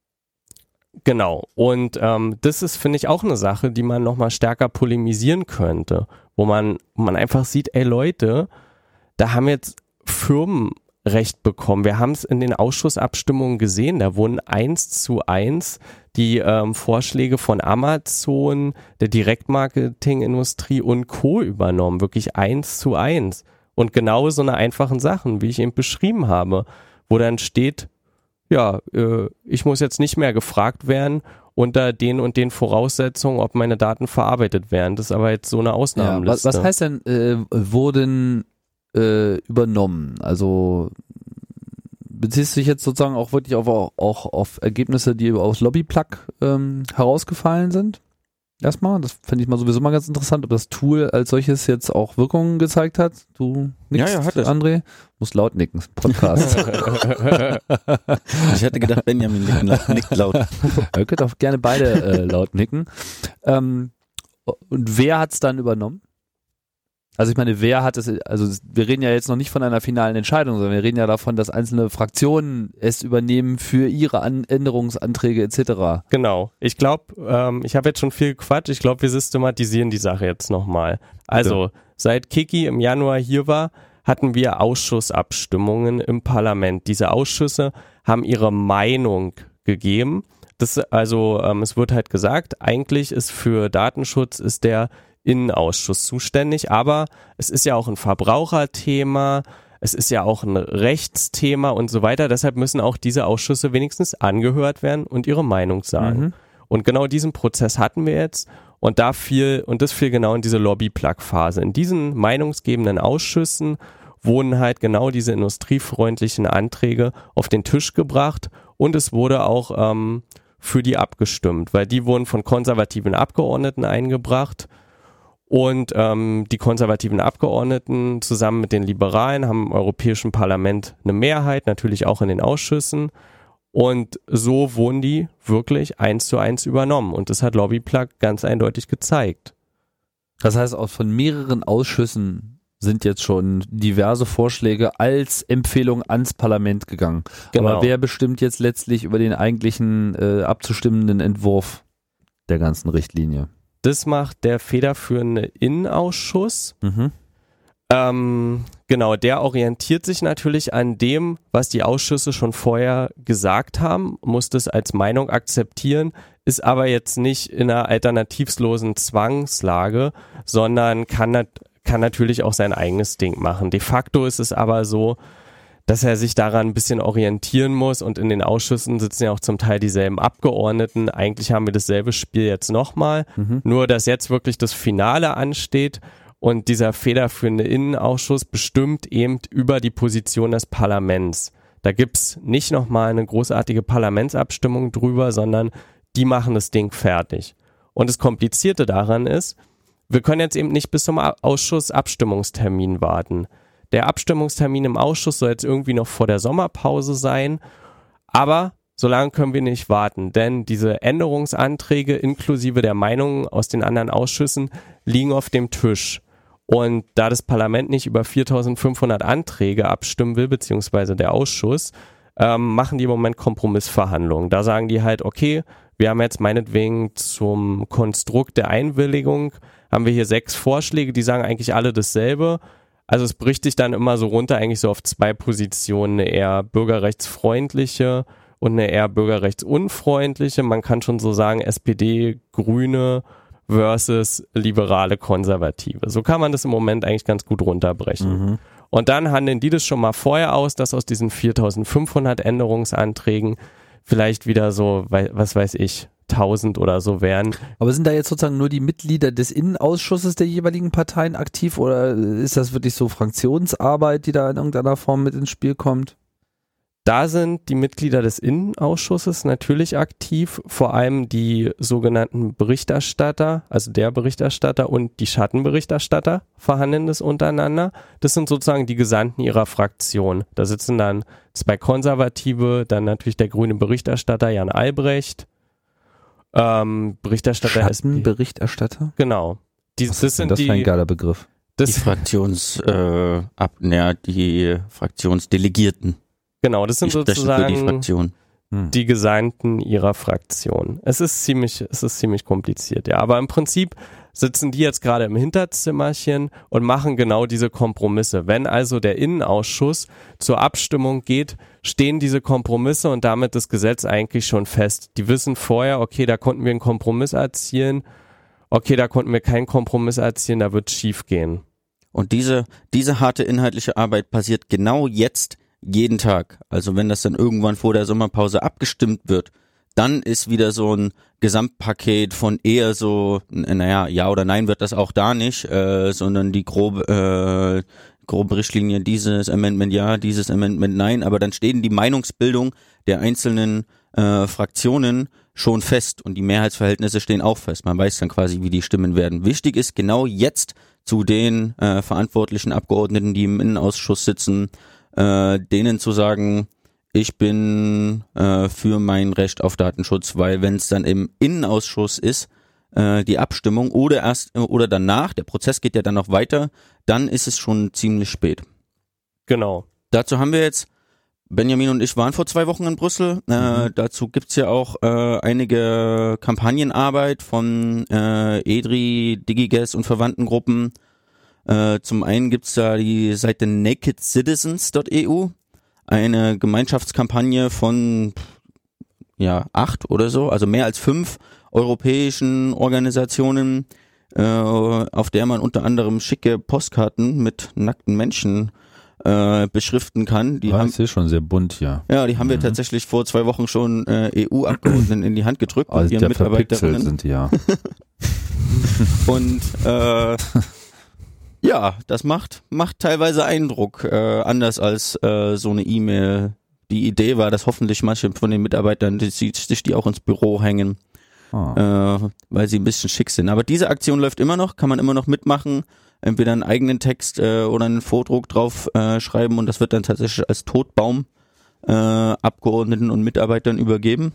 Genau, und ähm, das ist, finde ich, auch eine Sache, die man nochmal stärker polemisieren könnte, wo man, wo man einfach sieht, ey Leute, da haben jetzt Firmen Recht bekommen. Wir haben es in den Ausschussabstimmungen gesehen, da wurden eins zu eins die ähm, Vorschläge von Amazon, der Direktmarketingindustrie und Co. übernommen, wirklich eins zu eins. Und genau so eine einfachen Sachen, wie ich eben beschrieben habe, wo dann steht, ja, äh, ich muss jetzt nicht mehr gefragt werden unter den und den Voraussetzungen, ob meine Daten verarbeitet werden. Das ist aber jetzt so eine Ausnahmeliste. Ja, was, was heißt denn, äh, wurden äh, übernommen? Also beziehst du dich jetzt sozusagen auch wirklich auf, auch auf Ergebnisse, die aus Lobby-Plug ähm, herausgefallen sind? Erstmal, das finde ich mal sowieso mal ganz interessant, ob das Tool als solches jetzt auch Wirkungen gezeigt hat. Du nickst, ja, ja, hat es. André? Muss laut nicken, Podcast. Ich hätte gedacht, Benjamin nickt laut. Ihr könnt auch gerne beide äh, laut nicken. Ähm, und wer hat es dann übernommen? Also ich meine, wer hat es, also wir reden ja jetzt noch nicht von einer finalen Entscheidung, sondern wir reden ja davon, dass einzelne Fraktionen es übernehmen für ihre An- Änderungsanträge et cetera. Genau. Ich glaube, ähm, ich habe jetzt schon viel Quatsch, ich glaube, wir systematisieren die Sache jetzt nochmal. Also, ja. Seit Kiki im Januar hier war, hatten wir Ausschussabstimmungen im Parlament. Diese Ausschüsse haben ihre Meinung gegeben. Das, also ähm, es wird halt gesagt, eigentlich ist für Datenschutz ist der Innenausschuss zuständig, aber es ist ja auch ein Verbraucherthema, es ist ja auch ein Rechtsthema und so weiter, deshalb müssen auch diese Ausschüsse wenigstens angehört werden und ihre Meinung sagen. Mhm. Und genau diesen Prozess hatten wir jetzt und da fiel, und das fiel genau in diese Lobby-Plug-Phase. In diesen meinungsgebenden Ausschüssen wurden halt genau diese industriefreundlichen Anträge auf den Tisch gebracht und es wurde auch ähm, für die abgestimmt, weil die wurden von konservativen Abgeordneten eingebracht. Und ähm, die konservativen Abgeordneten zusammen mit den Liberalen haben im Europäischen Parlament eine Mehrheit, natürlich auch in den Ausschüssen. Und so wurden die wirklich eins zu eins übernommen. Und das hat Lobbyplug ganz eindeutig gezeigt. Das heißt, auch von mehreren Ausschüssen sind jetzt schon diverse Vorschläge als Empfehlung ans Parlament gegangen. Genau. Aber wer bestimmt jetzt letztlich über den eigentlichen äh, abzustimmenden Entwurf der ganzen Richtlinie? Das macht der federführende Innenausschuss. Mhm. Ähm, genau, der orientiert sich natürlich an dem, was die Ausschüsse schon vorher gesagt haben, muss das als Meinung akzeptieren, ist aber jetzt nicht in einer alternativlosen Zwangslage, sondern kann, nat- kann natürlich auch sein eigenes Ding machen. De facto ist es aber so, dass er sich daran ein bisschen orientieren muss und in den Ausschüssen sitzen ja auch zum Teil dieselben Abgeordneten. Eigentlich haben wir dasselbe Spiel jetzt nochmal, mhm. nur dass jetzt wirklich das Finale ansteht und dieser federführende Innenausschuss bestimmt eben über die Position des Parlaments. Da gibt's nicht nochmal eine großartige Parlamentsabstimmung drüber, sondern die machen das Ding fertig. Und das Komplizierte daran ist, wir können jetzt eben nicht bis zum Ausschussabstimmungstermin warten. Der Abstimmungstermin im Ausschuss soll jetzt irgendwie noch vor der Sommerpause sein, aber so lange können wir nicht warten, denn diese Änderungsanträge inklusive der Meinungen aus den anderen Ausschüssen liegen auf dem Tisch. Und da das Parlament nicht über viertausendfünfhundert Anträge abstimmen will, beziehungsweise der Ausschuss, ähm, machen die im Moment Kompromissverhandlungen. Da sagen die halt, okay, wir haben jetzt meinetwegen zum Konstrukt der Einwilligung, haben wir hier sechs Vorschläge, die sagen eigentlich alle dasselbe. Also es bricht sich dann immer so runter, eigentlich so auf zwei Positionen, eine eher bürgerrechtsfreundliche und eine eher bürgerrechtsunfreundliche. Man kann schon so sagen, S P D, Grüne versus liberale Konservative. So kann man das im Moment eigentlich ganz gut runterbrechen. Mhm. Und dann handeln die das schon mal vorher aus, dass aus diesen viertausendfünfhundert Änderungsanträgen vielleicht wieder so, was weiß ich, tausend oder so wären. Aber sind da jetzt sozusagen nur die Mitglieder des Innenausschusses der jeweiligen Parteien aktiv oder ist das wirklich so Fraktionsarbeit, die da in irgendeiner Form mit ins Spiel kommt? Da sind die Mitglieder des Innenausschusses natürlich aktiv, vor allem die sogenannten Berichterstatter, also der Berichterstatter und die Schattenberichterstatter verhandeln das untereinander. Das sind sozusagen die Gesandten ihrer Fraktion. Da sitzen dann zwei Konservative, dann natürlich der grüne Berichterstatter Jan Albrecht, ähm, Berichterstatter Schattenberichterstatter? Genau. Die, Was das ist denn sind das die, für ein geiler Begriff? Das, die Fraktions, äh, ab, ja, die Fraktionsdelegierten. Genau, das sind die sozusagen die, Fraktion. Hm. die Gesandten ihrer Fraktion. Es ist ziemlich, es ist ziemlich kompliziert, ja. Aber im Prinzip sitzen die jetzt gerade im Hinterzimmerchen und machen genau diese Kompromisse. Wenn also der Innenausschuss zur Abstimmung geht, stehen diese Kompromisse und damit das Gesetz eigentlich schon fest. Die wissen vorher, okay, da konnten wir einen Kompromiss erzielen, okay, da konnten wir keinen Kompromiss erzielen, da wird es schief gehen. Und diese, diese harte inhaltliche Arbeit passiert genau jetzt jeden Tag. Also wenn das dann irgendwann vor der Sommerpause abgestimmt wird, dann ist wieder so ein Gesamtpaket von eher so, naja, ja oder nein wird das auch da nicht, äh, sondern die grobe, äh, grobe Richtlinie, dieses Amendment ja, dieses Amendment nein, aber dann stehen die Meinungsbildung der einzelnen äh, Fraktionen schon fest und die Mehrheitsverhältnisse stehen auch fest. Man weiß dann quasi, wie die Stimmen werden. Wichtig ist genau jetzt zu den äh, verantwortlichen Abgeordneten, die im Innenausschuss sitzen, äh, denen zu sagen, ich bin äh, für mein Recht auf Datenschutz, weil wenn es dann im Innenausschuss ist, äh, die Abstimmung oder erst oder danach, der Prozess geht ja dann noch weiter, dann ist es schon ziemlich spät. Genau. Dazu haben wir jetzt, Benjamin und ich waren vor zwei Wochen in Brüssel, äh, mhm. dazu gibt's ja auch äh, einige Kampagnenarbeit von äh, E D R I, DigiGuess und verwandten Gruppen. Äh, zum einen gibt's da die Seite naked citizens dot e u, eine Gemeinschaftskampagne von ja acht oder so, also mehr als fünf europäischen Organisationen, äh, auf der man unter anderem schicke Postkarten mit nackten Menschen äh, beschriften kann. Die ja, haben, ist hier schon sehr bunt hier. Ja, die haben mhm. wir tatsächlich vor zwei Wochen schon äh, E U-Abgeordneten in die Hand gedrückt also mit ihren Mitarbeiterinnen. Sind die, ja. Und äh, ja, das macht macht teilweise Eindruck, äh, anders als äh, so eine E-Mail. Die Idee war, dass hoffentlich manche von den Mitarbeitern die, sich die auch ins Büro hängen, oh. äh, weil sie ein bisschen schick sind. Aber diese Aktion läuft immer noch, kann man immer noch mitmachen, entweder einen eigenen Text äh, oder einen Vordruck drauf äh, schreiben und das wird dann tatsächlich als Todbaum äh, Abgeordneten und Mitarbeitern übergeben.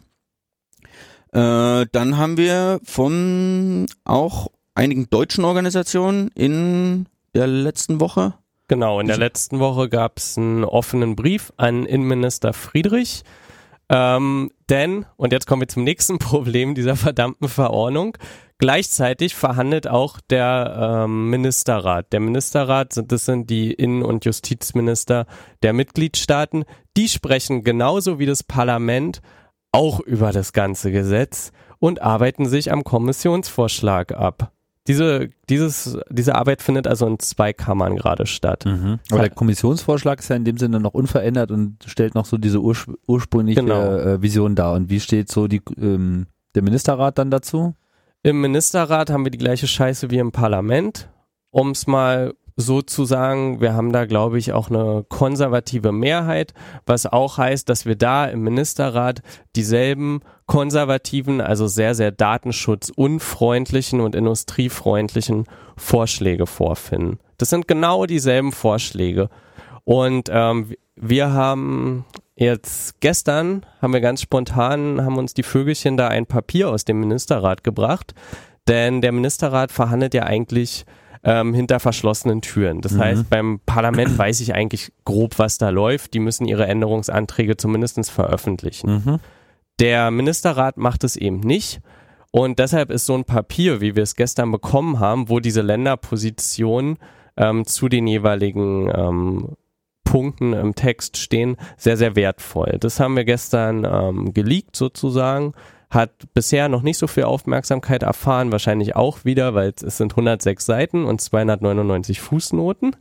Äh, dann haben wir von auch einigen deutschen Organisationen in der letzten Woche. Genau, in der letzten Woche gab es einen offenen Brief an Innenminister Friedrich, ähm, denn, und jetzt kommen wir zum nächsten Problem dieser verdammten Verordnung, gleichzeitig verhandelt auch der ähm, Ministerrat. Der Ministerrat, das sind die Innen- und Justizminister der Mitgliedstaaten, die sprechen genauso wie das Parlament auch über das ganze Gesetz und arbeiten sich am Kommissionsvorschlag ab. Diese, dieses, diese Arbeit findet also in zwei Kammern gerade statt. Mhm. Aber der Kommissionsvorschlag ist ja in dem Sinne noch unverändert und stellt noch so diese urspr- ursprüngliche genau. äh, Vision dar. Und wie steht so die, ähm, der Ministerrat dann dazu? Im Ministerrat haben wir die gleiche Scheiße wie im Parlament. Um es mal sozusagen, wir haben da, glaube ich, auch eine konservative Mehrheit, was auch heißt, dass wir da im Ministerrat dieselben konservativen, also sehr, sehr datenschutzunfreundlichen und industriefreundlichen Vorschläge vorfinden. Das sind genau dieselben Vorschläge. Und ähm, wir haben jetzt gestern, haben wir ganz spontan, haben uns die Vögelchen da ein Papier aus dem Ministerrat gebracht, denn der Ministerrat verhandelt ja eigentlich ähm, hinter verschlossenen Türen. Das mhm. heißt, beim Parlament weiß ich eigentlich grob, was da läuft. Die müssen ihre Änderungsanträge zumindest veröffentlichen. Mhm. Der Ministerrat macht es eben nicht. Und deshalb ist so ein Papier, wie wir es gestern bekommen haben, wo diese Länderpositionen ähm, zu den jeweiligen ähm, Punkten im Text stehen, sehr, sehr wertvoll. Das haben wir gestern ähm, geleakt sozusagen, hat bisher noch nicht so viel Aufmerksamkeit erfahren, wahrscheinlich auch wieder, weil es sind hundertsechs Seiten und zweihundertneunundneunzig Fußnoten.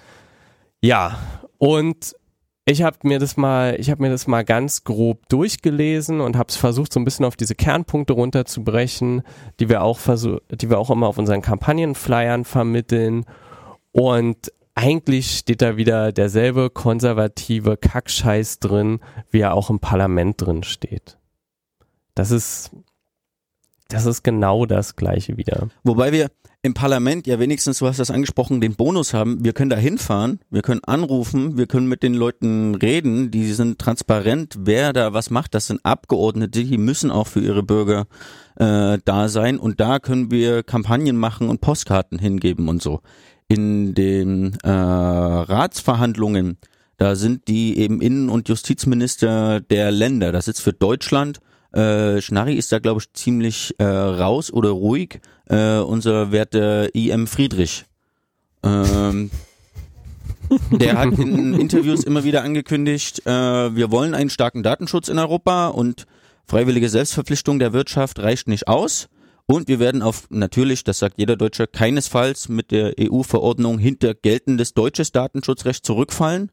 Ja, und ich habe mir das mal, ich habe mir das mal ganz grob durchgelesen und habe es versucht, so ein bisschen auf diese Kernpunkte runterzubrechen, die wir auch versuch, die wir auch immer auf unseren Kampagnenflyern vermitteln. Und eigentlich steht da wieder derselbe konservative Kackscheiß drin, wie er auch im Parlament drin steht. Das ist, das ist genau das Gleiche wieder. Wobei wir im Parlament ja wenigstens, du hast das angesprochen, den Bonus haben. Wir können da hinfahren, wir können anrufen, wir können mit den Leuten reden, die sind transparent, wer da was macht. Das sind Abgeordnete, die müssen auch für ihre Bürger äh, da sein. Und da können wir Kampagnen machen und Postkarten hingeben und so. In den äh, Ratsverhandlungen, da sind die eben Innen- und Justizminister der Länder. Das ist für Deutschland. Äh, Schnarri ist da, glaube ich, ziemlich äh, raus oder ruhig. Äh, unser werter I M Friedrich. Ähm, der hat in Interviews immer wieder angekündigt, äh, wir wollen einen starken Datenschutz in Europa und freiwillige Selbstverpflichtung der Wirtschaft reicht nicht aus. Und wir werden auf, natürlich, das sagt jeder Deutsche, keinesfalls mit der E U-Verordnung hinter geltendes deutsches Datenschutzrecht zurückfallen.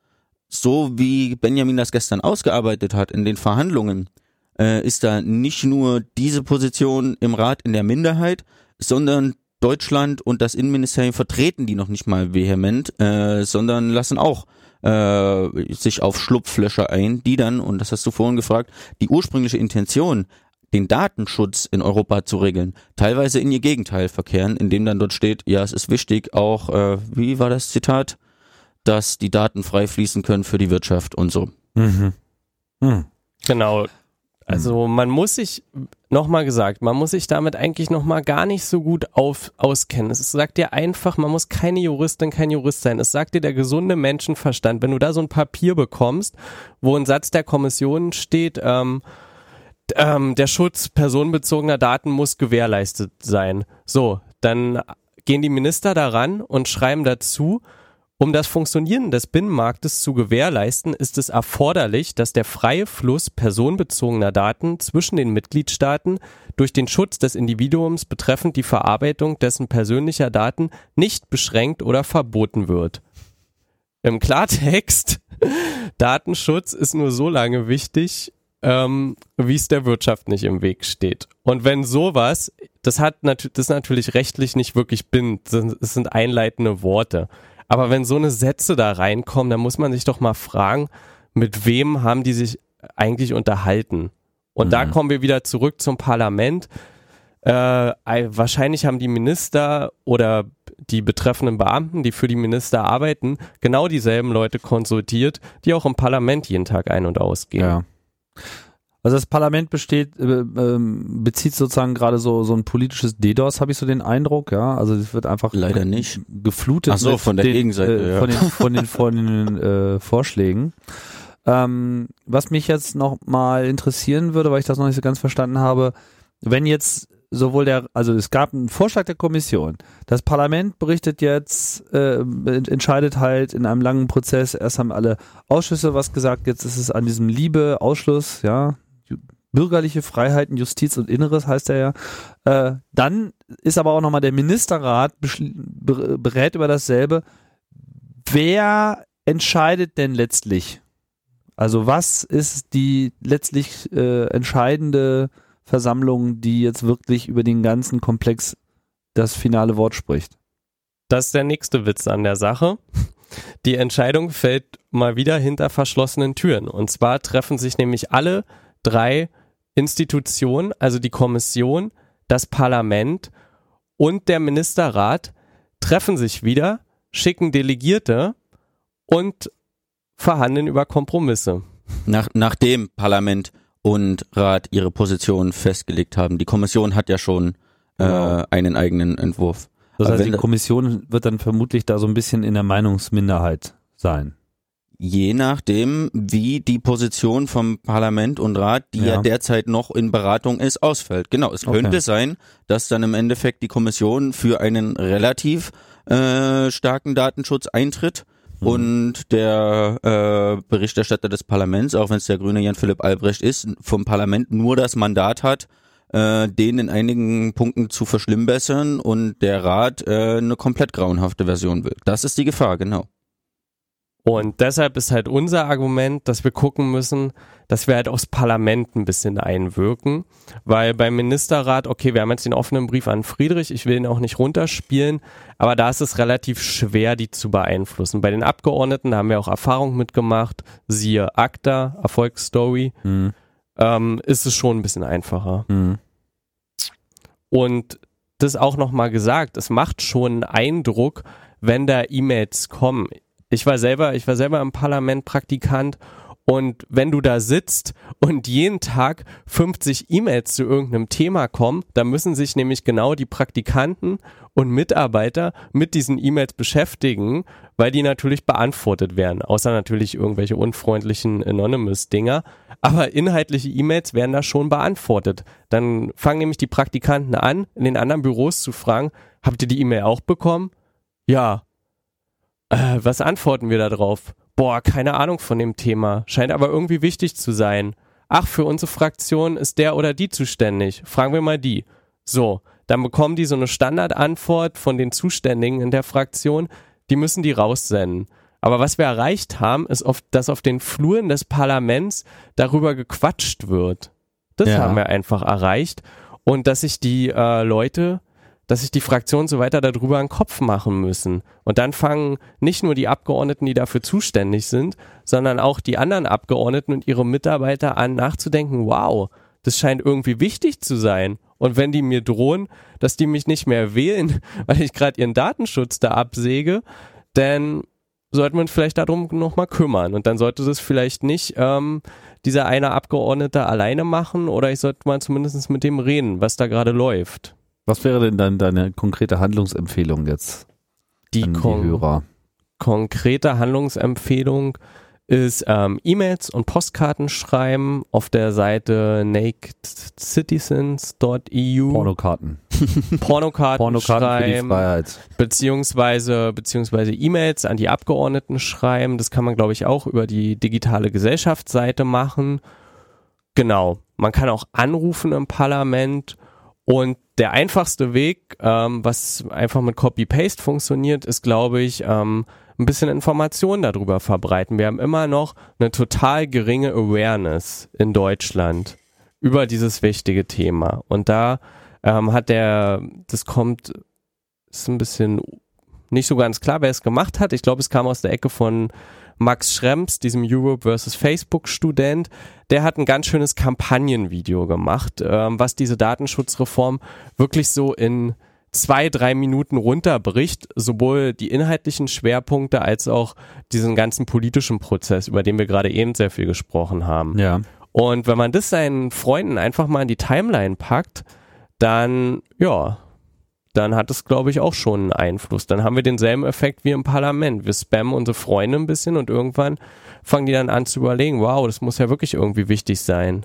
So wie Benjamin das gestern ausgearbeitet hat in den Verhandlungen, äh, ist da nicht nur diese Position im Rat in der Minderheit, sondern Deutschland und das Innenministerium vertreten die noch nicht mal vehement, äh, sondern lassen auch äh, sich auf Schlupflöcher ein, die dann, und das hast du vorhin gefragt, die ursprüngliche Intention, den Datenschutz in Europa zu regeln, teilweise in ihr Gegenteil verkehren, indem dann dort steht, ja, es ist wichtig auch, äh, wie war das Zitat, dass die Daten frei fließen können für die Wirtschaft und so. Mhm. Mhm. Genau. Also man muss sich, nochmal gesagt, man muss sich damit eigentlich nochmal gar nicht so gut auf, auskennen. Es sagt dir einfach, man muss keine Juristin, kein Jurist sein. Es sagt dir der gesunde Menschenverstand. Wenn du da so ein Papier bekommst, wo ein Satz der Kommission steht, ähm, Ähm, der Schutz personenbezogener Daten muss gewährleistet sein. So, dann gehen die Minister daran und schreiben dazu, um das Funktionieren des Binnenmarktes zu gewährleisten, ist es erforderlich, dass der freie Fluss personenbezogener Daten zwischen den Mitgliedstaaten durch den Schutz des Individuums betreffend die Verarbeitung dessen persönlicher Daten nicht beschränkt oder verboten wird. Im Klartext, Datenschutz ist nur so lange wichtig, Ähm, wie es der Wirtschaft nicht im Weg steht. Und wenn sowas, das hat nat- das ist natürlich rechtlich nicht wirklich bindend, es sind einleitende Worte. Aber wenn so eine Sätze da reinkommen, dann muss man sich doch mal fragen, mit wem haben die sich eigentlich unterhalten? Und mhm. da kommen wir wieder zurück zum Parlament. Äh, wahrscheinlich haben die Minister oder die betreffenden Beamten, die für die Minister arbeiten, genau dieselben Leute konsultiert, die auch im Parlament jeden Tag ein- und ausgehen. Ja. Also das Parlament besteht, äh, äh, bezieht sozusagen gerade so so ein politisches DDoS, habe ich so den Eindruck, ja. Also es wird einfach leider nicht geflutet. Ach so, mit von der den, Gegenseite, äh, ja. von den von den von den äh, Vorschlägen. Ähm, was mich jetzt noch mal interessieren würde, weil ich das noch nicht so ganz verstanden habe, wenn jetzt sowohl der, also es gab einen Vorschlag der Kommission. Das Parlament berichtet jetzt, äh, entscheidet halt in einem langen Prozess. Erst haben alle Ausschüsse was gesagt, jetzt ist es an diesem Liebe-Ausschluss, ja, bürgerliche Freiheiten, Justiz und Inneres heißt er ja. Äh, dann ist aber auch nochmal der Ministerrat berät über dasselbe. Wer entscheidet denn letztlich? Also was ist die letztlich äh, entscheidende Versammlung, die jetzt wirklich über den ganzen Komplex das finale Wort spricht? das ist der nächste Witz an der Sache. Die Entscheidung fällt mal wieder hinter verschlossenen Türen. Und zwar treffen sich nämlich alle drei Institutionen, also die Kommission, das Parlament und der Ministerrat, treffen sich wieder, schicken Delegierte und verhandeln über Kompromisse. Nach, nachdem Parlament und Rat ihre Position festgelegt haben. Die Kommission hat ja schon äh, genau. einen eigenen Entwurf. Das heißt, die Kommission wird dann vermutlich da so ein bisschen in der Meinungsminderheit sein. Je nachdem, wie die Position vom Parlament und Rat, die ja, ja derzeit noch in Beratung ist, ausfällt. Genau, es könnte okay. sein, dass dann im Endeffekt die Kommission für einen relativ äh, starken Datenschutz eintritt mhm. und der äh, Berichterstatter des Parlaments, auch wenn es der grüne Jan-Philipp Albrecht ist, vom Parlament nur das Mandat hat, äh, den in einigen Punkten zu verschlimmbessern und der Rat äh, eine komplett grauenhafte Version will. Das ist die Gefahr, genau. Und deshalb ist halt unser Argument, dass wir gucken müssen, dass wir halt aufs Parlament ein bisschen einwirken, weil beim Ministerrat, okay, wir haben jetzt den offenen Brief an Friedrich, ich will ihn auch nicht runterspielen, aber da ist es relativ schwer, die zu beeinflussen. Bei den Abgeordneten, da haben wir auch Erfahrung mitgemacht, siehe ACTA, Erfolgsstory, mhm. ähm, ist es schon ein bisschen einfacher. Mhm. Und das auch nochmal gesagt, es macht schon einen Eindruck, wenn da E-Mails kommen. Ich war selber, ich war selber im Parlament Praktikant und wenn du da sitzt und jeden Tag fünfzig E-Mails zu irgendeinem Thema kommen, dann müssen sich nämlich genau die Praktikanten und Mitarbeiter mit diesen E-Mails beschäftigen, weil die natürlich beantwortet werden, außer natürlich irgendwelche unfreundlichen Anonymous-Dinger, aber inhaltliche E-Mails werden da schon beantwortet. Dann fangen nämlich die Praktikanten an, in den anderen Büros zu fragen, habt ihr die E-Mail auch bekommen? Ja. Äh, was antworten wir da drauf? Boah, keine Ahnung von dem Thema. Scheint aber irgendwie wichtig zu sein. Ach, für unsere Fraktion ist der oder die zuständig. Fragen wir mal die. So, dann bekommen die so eine Standardantwort von den Zuständigen in der Fraktion. Die müssen die raussenden. Aber was wir erreicht haben, ist, oft, dass auf den Fluren des Parlaments darüber gequatscht wird. Das ja. haben wir einfach erreicht. Und dass sich die äh, Leute... dass sich die Fraktionen so weiter darüber einen Kopf machen müssen. Und dann fangen nicht nur die Abgeordneten, die dafür zuständig sind, sondern auch die anderen Abgeordneten und ihre Mitarbeiter an, nachzudenken, wow, das scheint irgendwie wichtig zu sein. Und wenn die mir drohen, dass die mich nicht mehr wählen, weil ich gerade ihren Datenschutz da absäge, dann sollte man vielleicht darum nochmal kümmern. Und dann sollte das vielleicht nicht ähm, dieser eine Abgeordnete alleine machen oder ich sollte mal zumindest mit dem reden, was da gerade läuft. Was wäre denn dann deine konkrete Handlungsempfehlung jetzt die an die kon- Hörer? Konkrete Handlungsempfehlung ist ähm, E-Mails und Postkarten schreiben auf der Seite naked citizens dot e u. Pornokarten. Pornokarten, Pornokarten schreiben, für die Freiheit. Beziehungsweise, beziehungsweise E-Mails an die Abgeordneten schreiben. Das kann man, glaube ich, auch über die digitale Gesellschaftsseite machen. Genau. Man kann auch anrufen im Parlament. Und der einfachste Weg, ähm, was einfach mit Copy-Paste funktioniert, ist, glaube ich, ähm, ein bisschen Informationen darüber verbreiten. Wir haben immer noch eine total geringe Awareness in Deutschland über dieses wichtige Thema. Und da ähm, hat der, das kommt, ist ein bisschen nicht so ganz klar, wer es gemacht hat. Ich glaube, es kam aus der Ecke von Max Schrems, diesem Europe versus Facebook Student, der hat ein ganz schönes Kampagnenvideo gemacht, ähm, was diese Datenschutzreform wirklich so in zwei, drei Minuten runterbricht, sowohl die inhaltlichen Schwerpunkte als auch diesen ganzen politischen Prozess, über den wir gerade eben sehr viel gesprochen haben. Ja. Und wenn man das seinen Freunden einfach mal in die Timeline packt, dann, ja, dann hat es, glaube ich, auch schon einen Einfluss. Dann haben wir denselben Effekt wie im Parlament. Wir spammen unsere Freunde ein bisschen und irgendwann fangen die dann an zu überlegen, wow, das muss ja wirklich irgendwie wichtig sein.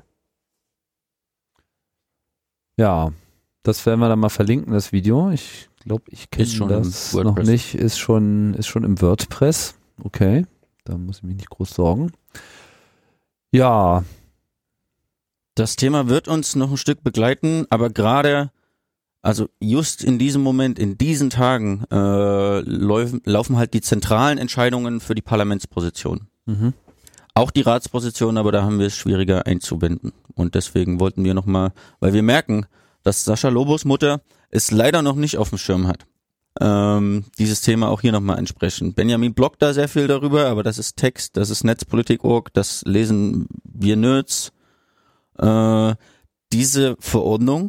Ja, das werden wir dann mal verlinken, das Video. Ich glaube, ich kenne das noch nicht. Ist schon, ist schon im WordPress. Okay, da muss ich mich nicht groß sorgen. Ja. Das Thema wird uns noch ein Stück begleiten, aber gerade Also just in diesem Moment, in diesen Tagen äh, laufen, laufen halt die zentralen Entscheidungen für die Parlamentsposition. Mhm. Auch die Ratsposition, aber da haben wir es schwieriger einzubinden. Und deswegen wollten wir nochmal, weil wir merken, dass Sascha Lobos Mutter es leider noch nicht auf dem Schirm hat. ähm, dieses Thema auch hier nochmal ansprechen. Benjamin bloggt da sehr viel darüber, aber das ist Text, das ist Netzpolitik Punkt org, das lesen wir Nerds. Äh, diese Verordnung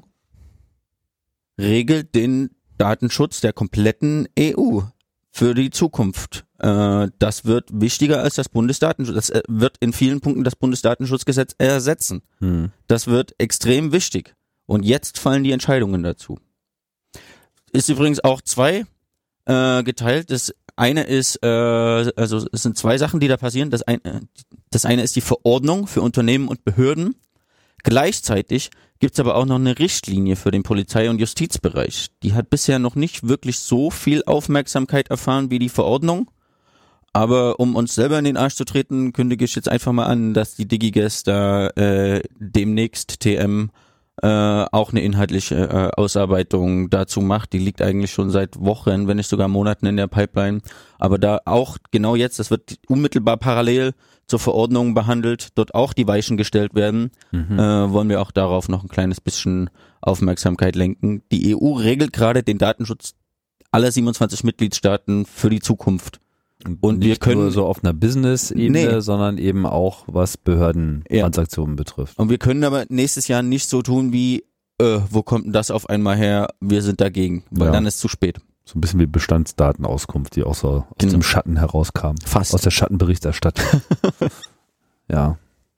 regelt den Datenschutz der kompletten E U für die Zukunft. Äh, das wird wichtiger als das Bundesdatenschutz. Das wird in vielen Punkten das Bundesdatenschutzgesetz ersetzen. Hm. Das wird extrem wichtig. Und jetzt fallen die Entscheidungen dazu. Ist übrigens auch zwei äh, geteilt. Das eine ist, äh, also es sind zwei Sachen, die da passieren. Das eine, das eine ist die Verordnung für Unternehmen und Behörden. Gleichzeitig gibt's aber auch noch eine Richtlinie für den Polizei- und Justizbereich. Die hat bisher noch nicht wirklich so viel Aufmerksamkeit erfahren wie die Verordnung. Aber um uns selber in den Arsch zu treten, kündige ich jetzt einfach mal an, dass die DigiGuess da äh, demnächst T M äh, auch eine inhaltliche äh, Ausarbeitung dazu macht. Die liegt eigentlich schon seit Wochen, wenn nicht sogar Monaten in der Pipeline. Aber da auch genau jetzt, das wird unmittelbar parallel zur Verordnung behandelt, dort auch die Weichen gestellt werden, mhm. äh, wollen wir auch darauf noch ein kleines bisschen Aufmerksamkeit lenken. Die E U regelt gerade den Datenschutz aller siebenundzwanzig Mitgliedstaaten für die Zukunft. Und nicht wir können nur so auf einer Business-Ebene, nee. sondern eben auch was Behördentransaktionen ja. betrifft. Und wir können aber nächstes Jahr nicht so tun wie, äh, wo kommt denn das auf einmal her? Wir sind dagegen, weil ja. dann ist es zu spät. So ein bisschen wie Bestandsdatenauskunft, die auch so aus genau. dem Schatten herauskam. Fast. Aus der Schattenberichterstattung. ja.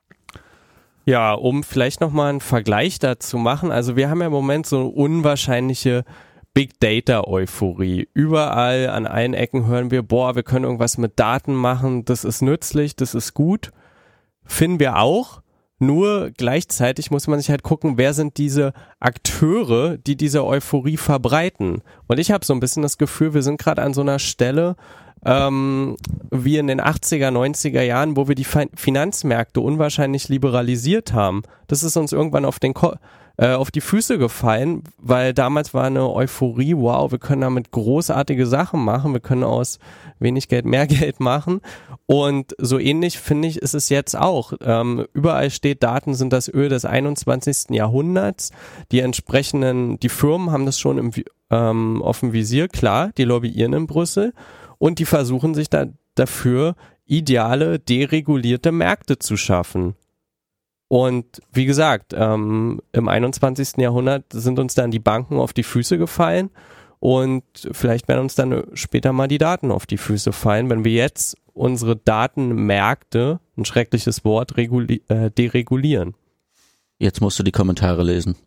Ja, um vielleicht nochmal einen Vergleich dazu machen. Also wir haben ja im Moment so eine unwahrscheinliche Big Data Euphorie. Überall an allen Ecken hören wir, boah, wir können irgendwas mit Daten machen, das ist nützlich, das ist gut. Finden wir auch. Nur gleichzeitig muss man sich halt gucken, wer sind diese Akteure, die diese Euphorie verbreiten. Und ich habe so ein bisschen das Gefühl, wir sind gerade an so einer Stelle ähm, wie in den achtziger, neunziger Jahren, wo wir die Fin- Finanzmärkte unwahrscheinlich liberalisiert haben. Das ist uns irgendwann auf den Ko- äh, auf die Füße gefallen, weil damals war eine Euphorie, wow, wir können damit großartige Sachen machen, wir können aus wenig Geld mehr Geld machen. Und so ähnlich, finde ich, ist es jetzt auch. Ähm, überall steht, Daten sind das Öl des einundzwanzigsten Jahrhunderts. Die entsprechenden, die Firmen haben das schon im, ähm, auf dem Visier, klar, die lobbyieren in Brüssel und die versuchen sich da dafür ideale, deregulierte Märkte zu schaffen. Und wie gesagt, ähm, im einundzwanzigsten Jahrhundert sind uns dann die Banken auf die Füße gefallen und vielleicht werden uns dann später mal die Daten auf die Füße fallen, wenn wir jetzt unsere Datenmärkte, ein schreckliches Wort, reguli- äh, deregulieren. Jetzt musst du die Kommentare lesen.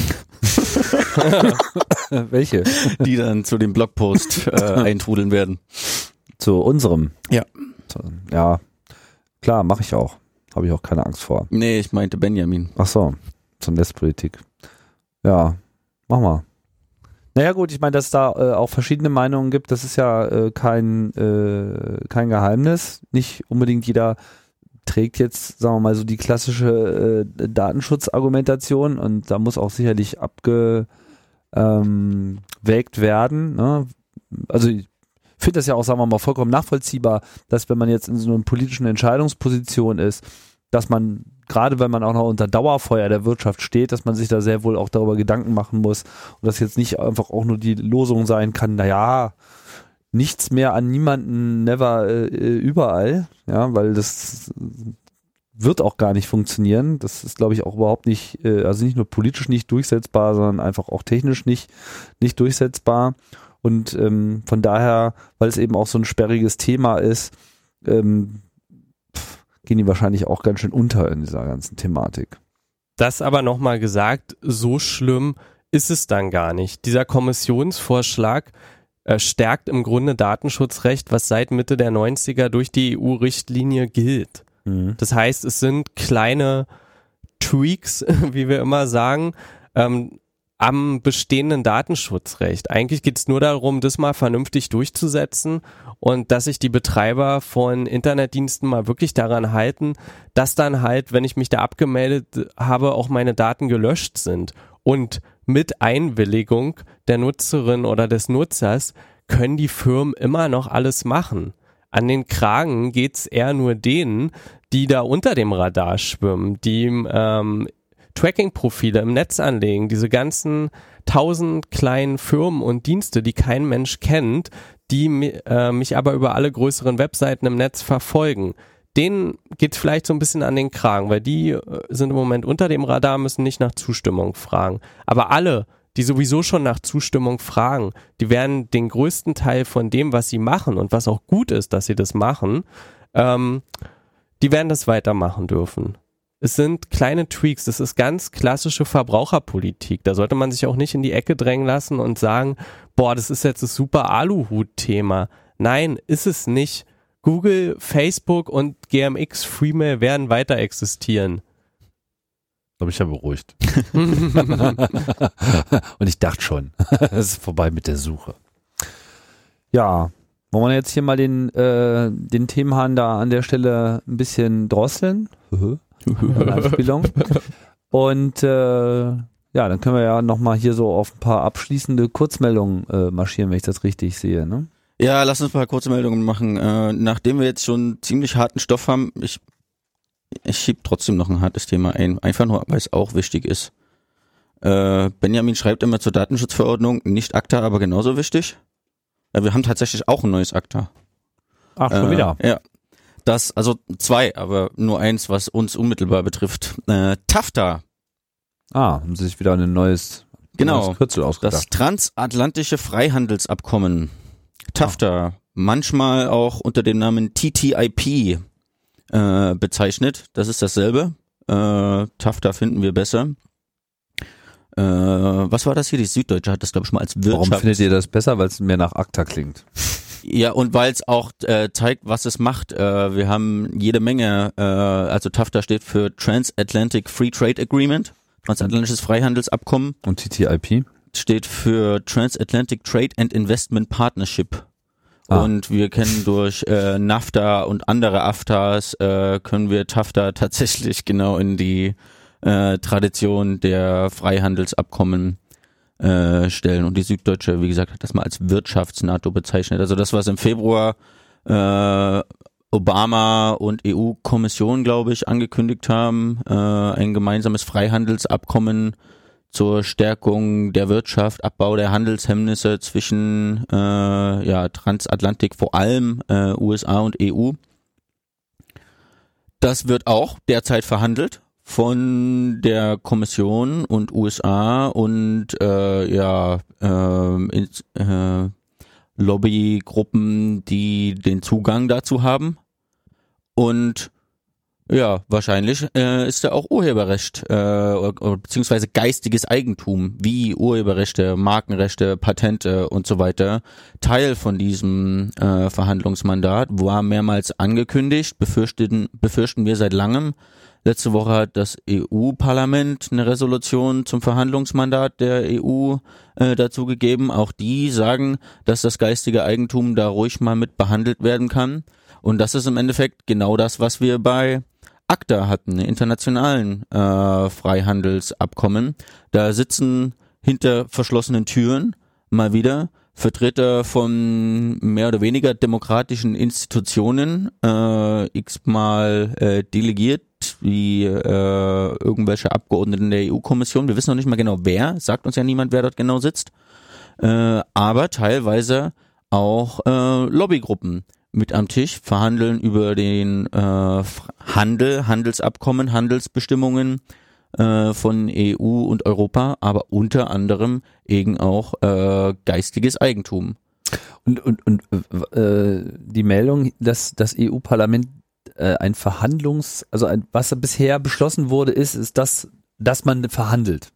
Welche? Die dann zu dem Blogpost äh, eintrudeln werden. Zu unserem? Ja. Ja, klar, mache ich auch. Habe ich auch keine Angst vor. Nee, ich meinte Benjamin. Ach so, zur Netzpolitik. Ja, mach mal. Naja gut, ich meine, dass es da äh, auch verschiedene Meinungen gibt, das ist ja äh, kein, äh, kein Geheimnis. Nicht unbedingt jeder trägt jetzt, sagen wir mal, so die klassische äh, Datenschutzargumentation und da muss auch sicherlich abgewägt ähm, werden. Ne? Also ich finde das ja auch, sagen wir mal, vollkommen nachvollziehbar, dass wenn man jetzt in so einer politischen Entscheidungsposition ist, dass man, gerade wenn man auch noch unter Dauerfeuer der Wirtschaft steht, dass man sich da sehr wohl auch darüber Gedanken machen muss und das jetzt nicht einfach auch nur die Losung sein kann, naja, nichts mehr an niemanden, never, äh, überall, ja, weil das wird auch gar nicht funktionieren. Das ist, glaube ich, auch überhaupt nicht, äh, also nicht nur politisch nicht durchsetzbar, sondern einfach auch technisch nicht, nicht durchsetzbar. Und ähm, von daher, weil es eben auch so ein sperriges Thema ist, ähm, pff, gehen die wahrscheinlich auch ganz schön unter in dieser ganzen Thematik. Das aber nochmal gesagt, so schlimm ist es dann gar nicht. Dieser Kommissionsvorschlag äh, stärkt im Grunde Datenschutzrecht, was seit Mitte der neunziger durch die E U-Richtlinie gilt. Mhm. Das heißt, es sind kleine Tweaks, wie wir immer sagen, ähm, am bestehenden Datenschutzrecht. Eigentlich geht es nur darum, das mal vernünftig durchzusetzen und dass sich die Betreiber von Internetdiensten mal wirklich daran halten, dass dann halt, wenn ich mich da abgemeldet habe, auch meine Daten gelöscht sind. Und mit Einwilligung der Nutzerin oder des Nutzers können die Firmen immer noch alles machen. An den Kragen geht's eher nur denen, die da unter dem Radar schwimmen, die ähm, Tracking-Profile im Netz anlegen, diese ganzen tausend kleinen Firmen und Dienste, die kein Mensch kennt, die äh, mich aber über alle größeren Webseiten im Netz verfolgen. Denen geht vielleicht so ein bisschen an den Kragen, weil die äh, sind im Moment unter dem Radar, müssen nicht nach Zustimmung fragen. Aber alle, die sowieso schon nach Zustimmung fragen, die werden den größten Teil von dem, was sie machen und was auch gut ist, dass sie das machen, ähm, die werden das weitermachen dürfen. Es sind kleine Tweaks, das ist ganz klassische Verbraucherpolitik. Da sollte man sich auch nicht in die Ecke drängen lassen und sagen, boah, das ist jetzt das super Aluhut-Thema. Nein, ist es nicht. Google, Facebook und G M X Freemail werden weiter existieren. Da bin ich ja beruhigt. Und ich dachte schon, es ist vorbei mit der Suche. Ja, wollen wir jetzt hier mal den, äh, den Themenhahn da an der Stelle ein bisschen drosseln? Anspielung. Und äh, ja, dann können wir ja nochmal hier so auf ein paar abschließende Kurzmeldungen äh, marschieren, wenn ich das richtig sehe, ne? Ja, lass uns ein paar kurze Meldungen machen. Äh, nachdem wir jetzt schon ziemlich harten Stoff haben, ich, ich schieb trotzdem noch ein hartes Thema ein, einfach nur, weil es auch wichtig ist. Äh, Benjamin schreibt immer zur Datenschutzverordnung, nicht ACTA, aber genauso wichtig. Äh, wir haben tatsächlich auch ein neues ACTA. Ach, schon äh, wieder? Ja. Das, also zwei, aber nur eins, was uns unmittelbar betrifft. Äh, TAFTA. Ah, haben sie sich wieder ein neues, genau, neues Kürzel ausgedacht. Das transatlantische Freihandelsabkommen. TAFTA, oh. Manchmal auch unter dem Namen T T I P äh, bezeichnet. Das ist dasselbe. Äh, TAFTA finden wir besser. Äh, was war das hier? Die Süddeutsche hat das, glaube ich, mal als Wirtschaft... Warum findet ihr das besser? Weil es mehr nach ACTA klingt. Ja, und weil es auch äh, zeigt, was es macht. Äh, wir haben jede Menge, äh, also TAFTA steht für Transatlantic Free Trade Agreement, transatlantisches Freihandelsabkommen. Und T T I P? Steht für Transatlantic Trade and Investment Partnership. Ah. Und wir kennen durch äh, NAFTA und andere AFTAs, äh, können wir TAFTA tatsächlich genau in die äh, Tradition der Freihandelsabkommen äh, stellen. Und die Süddeutsche, wie gesagt, hat das mal als Wirtschafts-NATO bezeichnet. Also das, was im Februar äh, Obama und E U-Kommission, glaube ich, angekündigt haben, äh, ein gemeinsames Freihandelsabkommen zur Stärkung der Wirtschaft, Abbau der Handelshemmnisse zwischen äh, ja, Transatlantik, vor allem äh, U S A und E U. Das wird auch derzeit verhandelt von der Kommission und U S A und äh, ja äh, in, äh, Lobbygruppen, die den Zugang dazu haben. Und ja, wahrscheinlich äh, ist da auch Urheberrecht äh, oder, oder, beziehungsweise geistiges Eigentum wie Urheberrechte, Markenrechte, Patente und so weiter Teil von diesem äh, Verhandlungsmandat. War mehrmals angekündigt, befürchten, befürchten wir seit langem. Letzte Woche hat das E U-Parlament eine Resolution zum Verhandlungsmandat der E U äh, dazu gegeben. Auch die sagen, dass das geistige Eigentum da ruhig mal mit behandelt werden kann. Und das ist im Endeffekt genau das, was wir bei ACTA hatten, internationalen äh, Freihandelsabkommen. Da sitzen hinter verschlossenen Türen mal wieder Vertreter von mehr oder weniger demokratischen Institutionen, äh, x-mal äh, delegiert, wie äh, irgendwelche Abgeordneten der E U-Kommission. Wir wissen noch nicht mal genau wer, sagt uns ja niemand, wer dort genau sitzt. Äh, aber teilweise auch äh, Lobbygruppen mit am Tisch, verhandeln über den äh, Handel, Handelsabkommen, Handelsbestimmungen äh, von E U und Europa, aber unter anderem eben auch äh, geistiges Eigentum. Und, und, und äh, die Meldung, dass das E U-Parlament äh, ein Verhandlungs-, also ein, was bisher beschlossen wurde, ist, ist das, dass man verhandelt.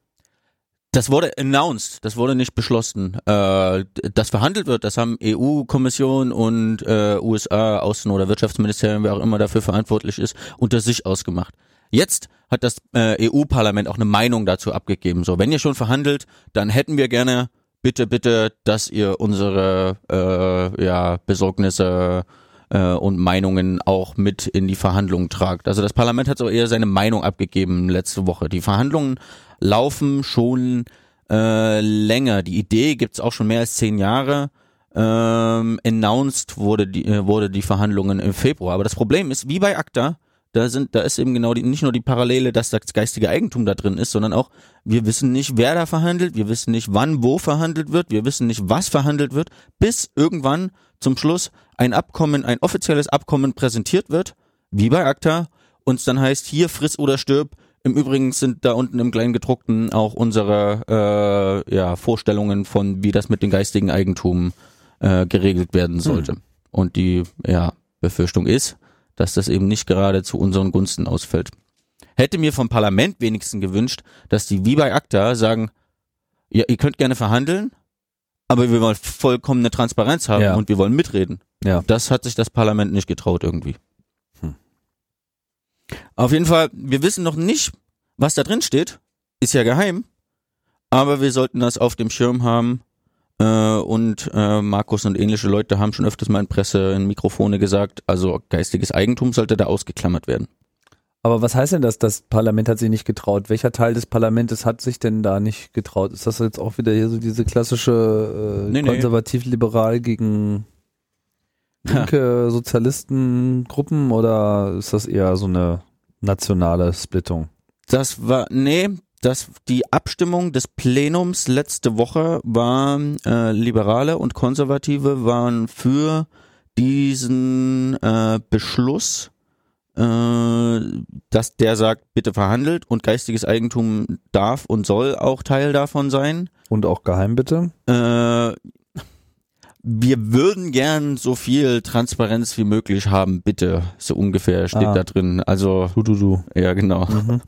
Das wurde announced, das wurde nicht beschlossen. Äh, dass verhandelt wird, das haben E U-Kommission und äh, U S A Außen- oder Wirtschaftsministerium, wer auch immer dafür verantwortlich ist, unter sich ausgemacht. Jetzt hat das äh, E U-Parlament auch eine Meinung dazu abgegeben. So, wenn ihr schon verhandelt, dann hätten wir gerne, bitte, bitte, dass ihr unsere äh, ja, Besorgnisse äh, und Meinungen auch mit in die Verhandlungen tragt. Also das Parlament hat so eher seine Meinung abgegeben letzte Woche. Die Verhandlungen laufen schon äh, länger. Die Idee gibt's auch schon mehr als zehn Jahre. Ähm, announced wurde die, äh, wurde die Verhandlungen im Februar. Aber das Problem ist, wie bei ACTA, da sind, da ist eben genau die, nicht nur die Parallele, dass das geistige Eigentum da drin ist, sondern auch, wir wissen nicht, wer da verhandelt, wir wissen nicht, wann, wo verhandelt wird, wir wissen nicht, was verhandelt wird, bis irgendwann zum Schluss ein Abkommen, ein offizielles Abkommen präsentiert wird, wie bei ACTA, und es dann heißt, hier friss oder stirb. Im Übrigen sind da unten im Kleingedruckten auch unsere äh, ja, Vorstellungen von, wie das mit dem geistigen Eigentum äh, geregelt werden sollte. Hm. Und die ja, Befürchtung ist, dass das eben nicht gerade zu unseren Gunsten ausfällt. Hätte mir vom Parlament wenigstens gewünscht, dass die wie bei ACTA sagen, ja, ihr könnt gerne verhandeln, aber wir wollen vollkommene Transparenz haben ja. und wir wollen mitreden. Ja. Das hat sich das Parlament nicht getraut irgendwie. Hm. Auf jeden Fall, wir wissen noch nicht, was da drin steht. Ist ja geheim. Aber wir sollten das auf dem Schirm haben. Äh, und äh, Markus und ähnliche Leute haben schon öfters mal in Presse, in Mikrofone gesagt, also geistiges Eigentum sollte da ausgeklammert werden. Aber was heißt denn das, das Parlament hat sich nicht getraut? Welcher Teil des Parlaments hat sich denn da nicht getraut? Ist das jetzt auch wieder hier so diese klassische äh, nee, konservativ-liberal gegen linke Sozialistengruppen oder ist das eher so eine nationale Splittung? Das war, nee, das, die Abstimmung des Plenums letzte Woche war, äh, Liberale und Konservative waren für diesen äh, Beschluss, äh, dass der sagt, bitte verhandelt und geistiges Eigentum darf und soll auch Teil davon sein. Und auch geheim bitte? Äh, wir würden gern so viel Transparenz wie möglich haben, bitte, so ungefähr steht ah. da drin. Also, du, du, du. Ja, genau. Mhm.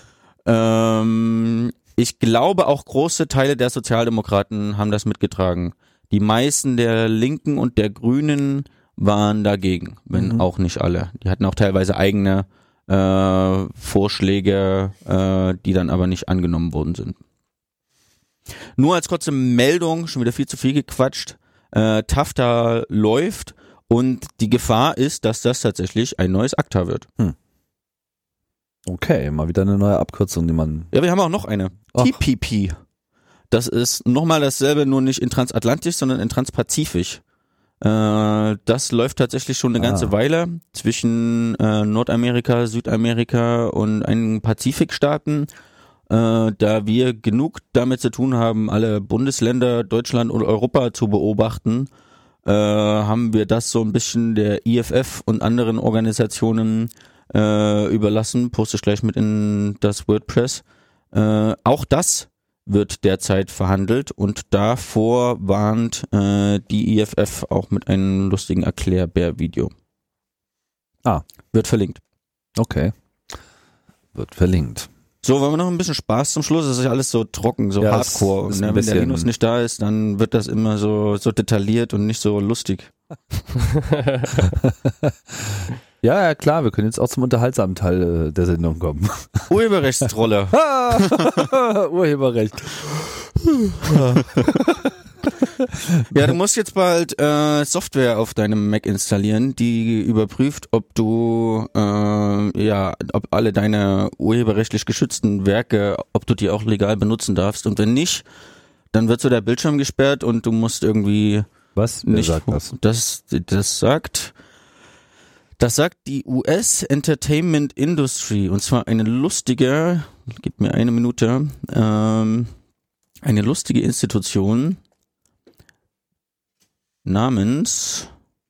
ähm, ich glaube, auch große Teile der Sozialdemokraten haben das mitgetragen. Die meisten der Linken und der Grünen waren dagegen, wenn mhm. auch nicht alle. Die hatten auch teilweise eigene äh, Vorschläge, äh, die dann aber nicht angenommen worden sind. Nur als kurze Meldung, schon wieder viel zu viel gequatscht, äh, TAFTA läuft und die Gefahr ist, dass das tatsächlich ein neues ACTA wird. Hm. Okay, mal wieder eine neue Abkürzung, die man... Ja, wir haben auch noch eine. Ach. T P P. Das ist nochmal dasselbe, nur nicht in transatlantisch, sondern in transpazifisch. Äh, das läuft tatsächlich schon eine ah. ganze Weile zwischen äh, Nordamerika, Südamerika und einigen Pazifikstaaten. Äh, da wir genug damit zu tun haben, alle Bundesländer, Deutschland und Europa zu beobachten, äh, haben wir das so ein bisschen der I F F und anderen Organisationen äh, überlassen. Poste ich gleich mit in das WordPress. Äh, auch das wird derzeit verhandelt und davor warnt äh, die I F F auch mit einem lustigen Erklärbär-Video. Ah. Wird verlinkt. Okay. Wird verlinkt. So, wollen wir noch ein bisschen Spaß zum Schluss? Das ist ja alles so trocken, so ja, hardcore. Und, ne, wenn der Linus nicht da ist, dann wird das immer so, so detailliert und nicht so lustig. Ja, ja, klar, wir können jetzt auch zum unterhaltsamen Teil äh, der Sendung kommen. Urheberrechtstrolle. Urheberrecht. Ja, du musst jetzt bald äh, Software auf deinem Mac installieren, die überprüft, ob du äh, ja, ob alle deine urheberrechtlich geschützten Werke, ob du die auch legal benutzen darfst. Und wenn nicht, dann wird so der Bildschirm gesperrt und du musst irgendwie was? Wer nicht. sagt das? Das, das sagt. Das sagt die U S Entertainment Industry und zwar eine lustige, gib mir eine Minute, ähm, eine lustige Institution namens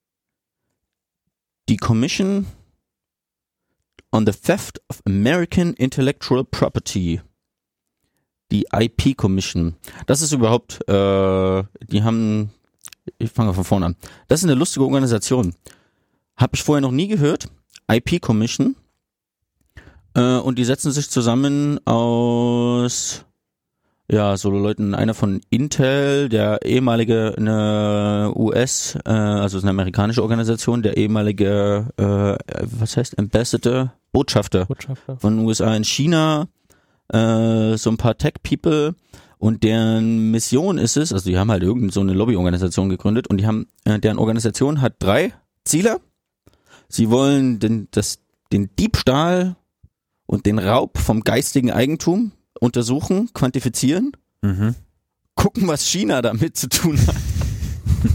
die Commission on the Theft of American Intellectual Property, die I P Commission. Das ist überhaupt, äh, die haben, ich fange von vorne an, das ist eine lustige Organisation. Habe ich vorher noch nie gehört. I P Commission. Äh, und die setzen sich zusammen aus, ja, so Leuten, einer von Intel, der ehemalige, eine U S, äh, also ist eine amerikanische Organisation, der ehemalige, äh, was heißt Ambassador? Botschafter, Botschafter. von den U S A in China, äh, so ein paar Tech-People. Und deren Mission ist es, also die haben halt irgendeine so eine Lobbyorganisation gegründet und die haben, äh, deren Organisation hat drei Ziele. Sie wollen den, das, den Diebstahl und den Raub vom geistigen Eigentum untersuchen, quantifizieren, mhm. gucken, was China damit zu tun hat.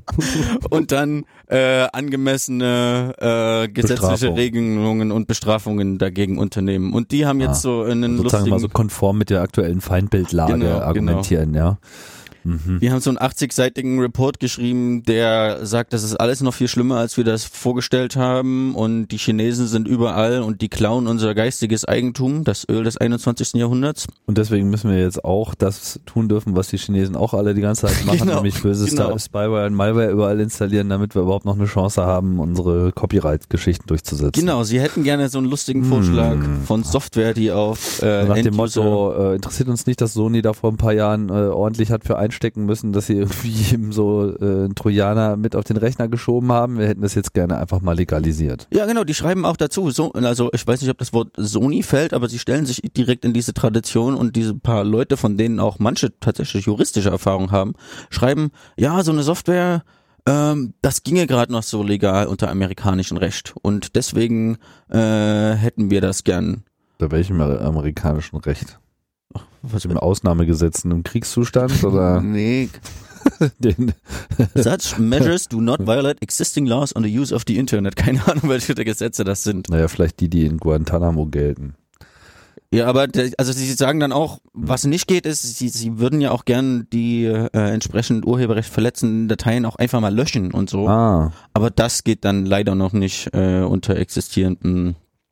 und dann äh, angemessene äh, gesetzliche Bestrafung. Regelungen und Bestrafungen dagegen unternehmen. Und die haben jetzt Ah, so einen sozusagen lustigen... mal so konform mit der aktuellen Feindbildlage Genau, argumentieren, ja. Mhm. Wir haben so einen achtzig-seitigen Report geschrieben, der sagt, das ist alles noch viel schlimmer, als wir das vorgestellt haben und die Chinesen sind überall und die klauen unser geistiges Eigentum, das Öl des einundzwanzigsten Jahrhunderts. Und deswegen müssen wir jetzt auch das tun dürfen, was die Chinesen auch alle die ganze Zeit machen, Genau, nämlich böses genau. Spyware und Malware überall installieren, damit wir überhaupt noch eine Chance haben, unsere Copyright-Geschichten durchzusetzen. Genau, sie hätten gerne so einen lustigen Vorschlag Hm. von Software, die auf äh, Nach dem End-User- Motto, äh, interessiert uns nicht, dass Sony da vor ein paar Jahren äh, ordentlich hat für einstecken müssen, dass sie irgendwie eben so äh, einen Trojaner mit auf den Rechner geschoben haben. Wir hätten das jetzt gerne einfach mal legalisiert. Ja, genau, die schreiben auch dazu. So, also ich weiß nicht, ob das Wort Sony fällt, aber sie stellen sich direkt in diese Tradition und diese paar Leute, von denen auch manche tatsächlich juristische Erfahrung haben, schreiben, ja, so eine Software, ähm, das ginge gerade noch so legal unter amerikanischem Recht und deswegen äh, hätten wir das gern. Unter welchem amerikanischen Recht? Was im Ausnahmegesetzen im Kriegszustand oder Nee. den Such measures do not violate existing laws on the use of the Internet. Keine Ahnung, welche der Gesetze das sind. naja, vielleicht die, die in Guantanamo gelten. Ja, aber der, also sie sagen dann auch, was nicht geht, ist, sie, sie würden ja auch gern die äh, entsprechend urheberrecht verletzenden Dateien auch einfach mal löschen und so. Ah, Aber das geht dann leider noch nicht äh, unter existierenden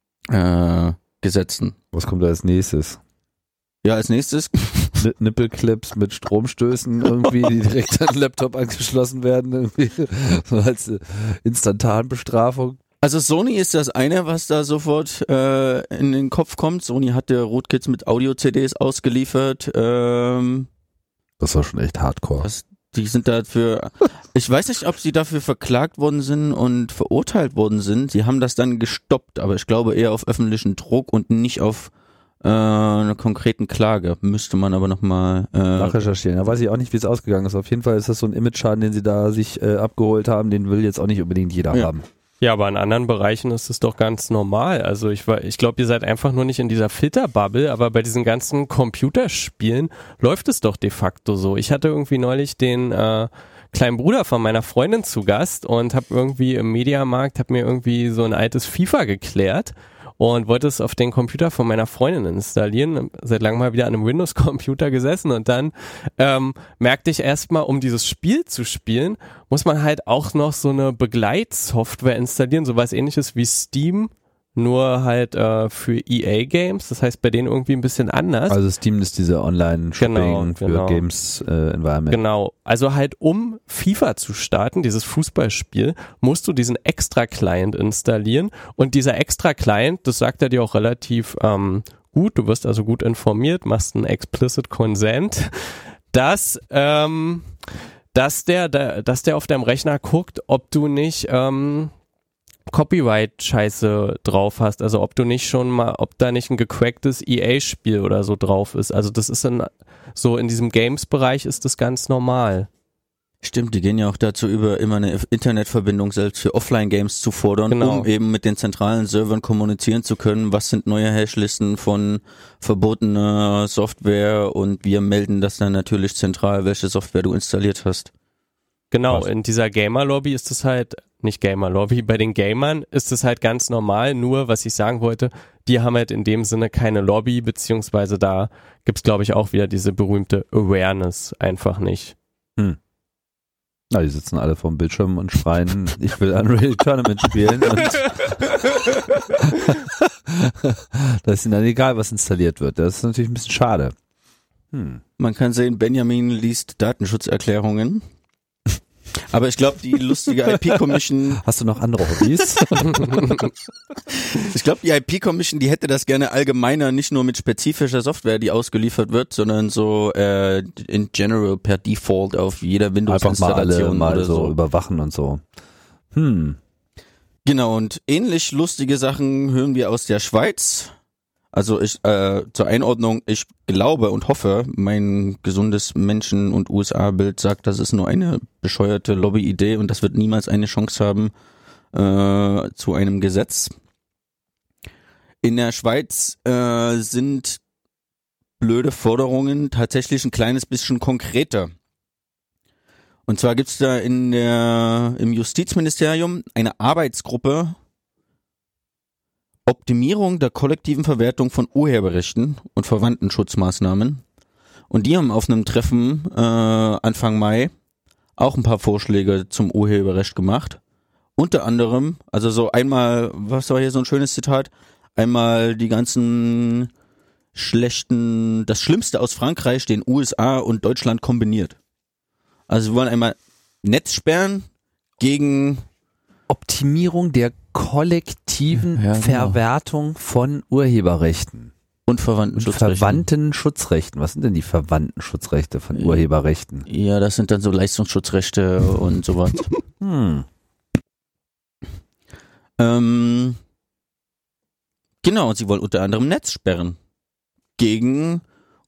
äh, Gesetzen. was kommt da als nächstes? Ja, als nächstes. N- Nippelclips mit Stromstößen irgendwie, die direkt an den Laptop angeschlossen werden, irgendwie so als äh, Instantanbestrafung. Also Sony ist das eine, was da sofort äh, in den Kopf kommt. Sony hatte Rootkits mit Audio-C Ds ausgeliefert. Ähm, Das war schon echt hardcore. Was, die sind dafür, ich weiß nicht, ob sie dafür verklagt worden sind und verurteilt worden sind. Sie haben das dann gestoppt, aber ich glaube eher auf öffentlichen Druck und nicht auf äh, einer konkreten Klage. Müsste man aber nochmal äh, Nachrecherchieren. Da weiß ich auch nicht, wie es ausgegangen ist. Auf jeden Fall ist das so ein Image-Schaden, den sie da sich äh, abgeholt haben. Den will jetzt auch nicht unbedingt jeder Ja. haben. Ja, aber in anderen Bereichen ist es doch ganz normal. Also ich war, ich glaube, ihr seid einfach nur nicht in dieser Filterbubble, aber bei diesen ganzen Computerspielen läuft es doch de facto so. Ich hatte irgendwie neulich den äh, kleinen Bruder von meiner Freundin zu Gast und habe irgendwie im Mediamarkt, habe mir irgendwie so ein altes FIFA geklärt und wollte es auf den Computer von meiner Freundin installieren. Seit langem mal wieder an einem Windows-Computer gesessen und dann ähm, merkte ich erstmal, um dieses Spiel zu spielen, muss man halt auch noch so eine Begleitsoftware installieren, sowas ähnliches wie Steam, nur halt äh, für E A-Games. Das heißt bei denen irgendwie ein bisschen anders. Also Steam ist diese Online-Shopping Genau, für genau. Games-Environment. Genau, also halt um FIFA zu starten, dieses Fußballspiel, musst du diesen Extra-Client installieren und dieser Extra-Client, das sagt er dir auch relativ ähm, gut, du wirst also gut informiert, machst einen Explicit Consent, dass, ähm, dass, der, der, dass der auf deinem Rechner guckt, ob du nicht ähm, Copyright-Scheiße drauf hast, also ob du nicht schon mal, ob da nicht ein gecracktes E A-Spiel oder so drauf ist. Also das ist in, so in diesem Games-Bereich ist das ganz normal. Stimmt, die gehen ja auch dazu über, immer eine Internetverbindung selbst für Offline-Games zu fordern, Genau. um eben mit den zentralen Servern kommunizieren zu können, was sind neue Hashlisten von verbotener Software und wir melden das dann natürlich zentral, welche Software du installiert hast. Genau, Krass. in dieser Gamer-Lobby ist es halt, nicht Gamer-Lobby, bei den Gamern ist es halt ganz normal, nur was ich sagen wollte, die haben halt in dem Sinne keine Lobby, beziehungsweise da gibt's glaube ich auch wieder diese berühmte Awareness einfach nicht. Hm. Na, die sitzen alle vorm Bildschirm und schreien, ich will Unreal Tournament spielen und da ist ihnen dann egal, was installiert wird. Das ist natürlich ein bisschen schade. Hm. Man kann sehen, Benjamin liest Datenschutzerklärungen. Aber ich glaube, die lustige I P-Commission, Hast du noch andere Hobbys? ich glaube, die I P-Commission, die hätte das gerne allgemeiner, nicht nur mit spezifischer Software, die ausgeliefert wird, sondern so äh, in general per Default auf jeder Einfach mal alle Windows-Installation mal oder so so. überwachen und so. Hm. Genau, und ähnlich lustige Sachen hören wir aus der Schweiz. Also ich, äh, zur Einordnung, ich glaube und hoffe, mein gesundes Menschen- und U S A-Bild sagt, das ist nur eine bescheuerte Lobby-Idee und das wird niemals eine Chance haben äh, zu einem Gesetz. In der Schweiz äh, sind blöde Forderungen tatsächlich ein kleines bisschen konkreter. Und zwar gibt's da in der, im Justizministerium eine Arbeitsgruppe Optimierung der kollektiven Verwertung von Urheberrechten und Verwandtenschutzmaßnahmen. Und die haben auf einem Treffen äh, Anfang Mai auch ein paar Vorschläge zum Urheberrecht gemacht. Unter anderem, also so einmal, was war hier so ein schönes Zitat, einmal die ganzen schlechten, das Schlimmste aus Frankreich, den U S A und Deutschland kombiniert. Also wir wollen einmal Netz sperren gegen Optimierung der kollektiven Ja, genau. Verwertung von Urheberrechten. und Verwandtenschutzrechten. Verwandtenschutzrechten. Was sind denn die Verwandtenschutzrechte von Urheberrechten? Ja, das sind dann so Leistungsschutzrechte und sowas. Hm. ähm, genau, und sie wollen unter anderem Netz sperren gegen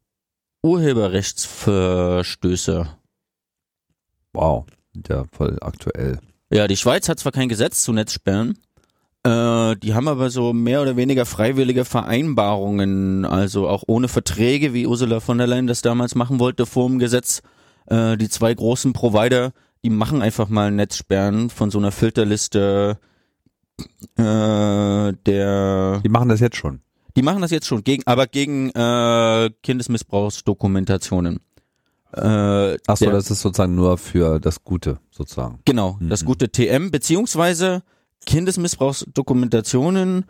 Urheberrechtsverstöße. Wow, ja, voll aktuell. Ja, die Schweiz hat zwar kein Gesetz zu Netzsperren, äh, die haben aber so mehr oder weniger freiwillige Vereinbarungen, also auch ohne Verträge, wie Ursula von der Leyen das damals machen wollte vor dem Gesetz. Äh, die zwei großen Provider, die machen einfach mal Netzsperren von so einer Filterliste äh, der... Die machen das jetzt schon. Die machen das jetzt schon, gegen, aber gegen äh, Kindesmissbrauchsdokumentationen. Äh, Ach so, der- das ist sozusagen nur für das Gute, sozusagen. Genau, Mhm. das gute T M, beziehungsweise Kindesmissbrauchsdokumentationen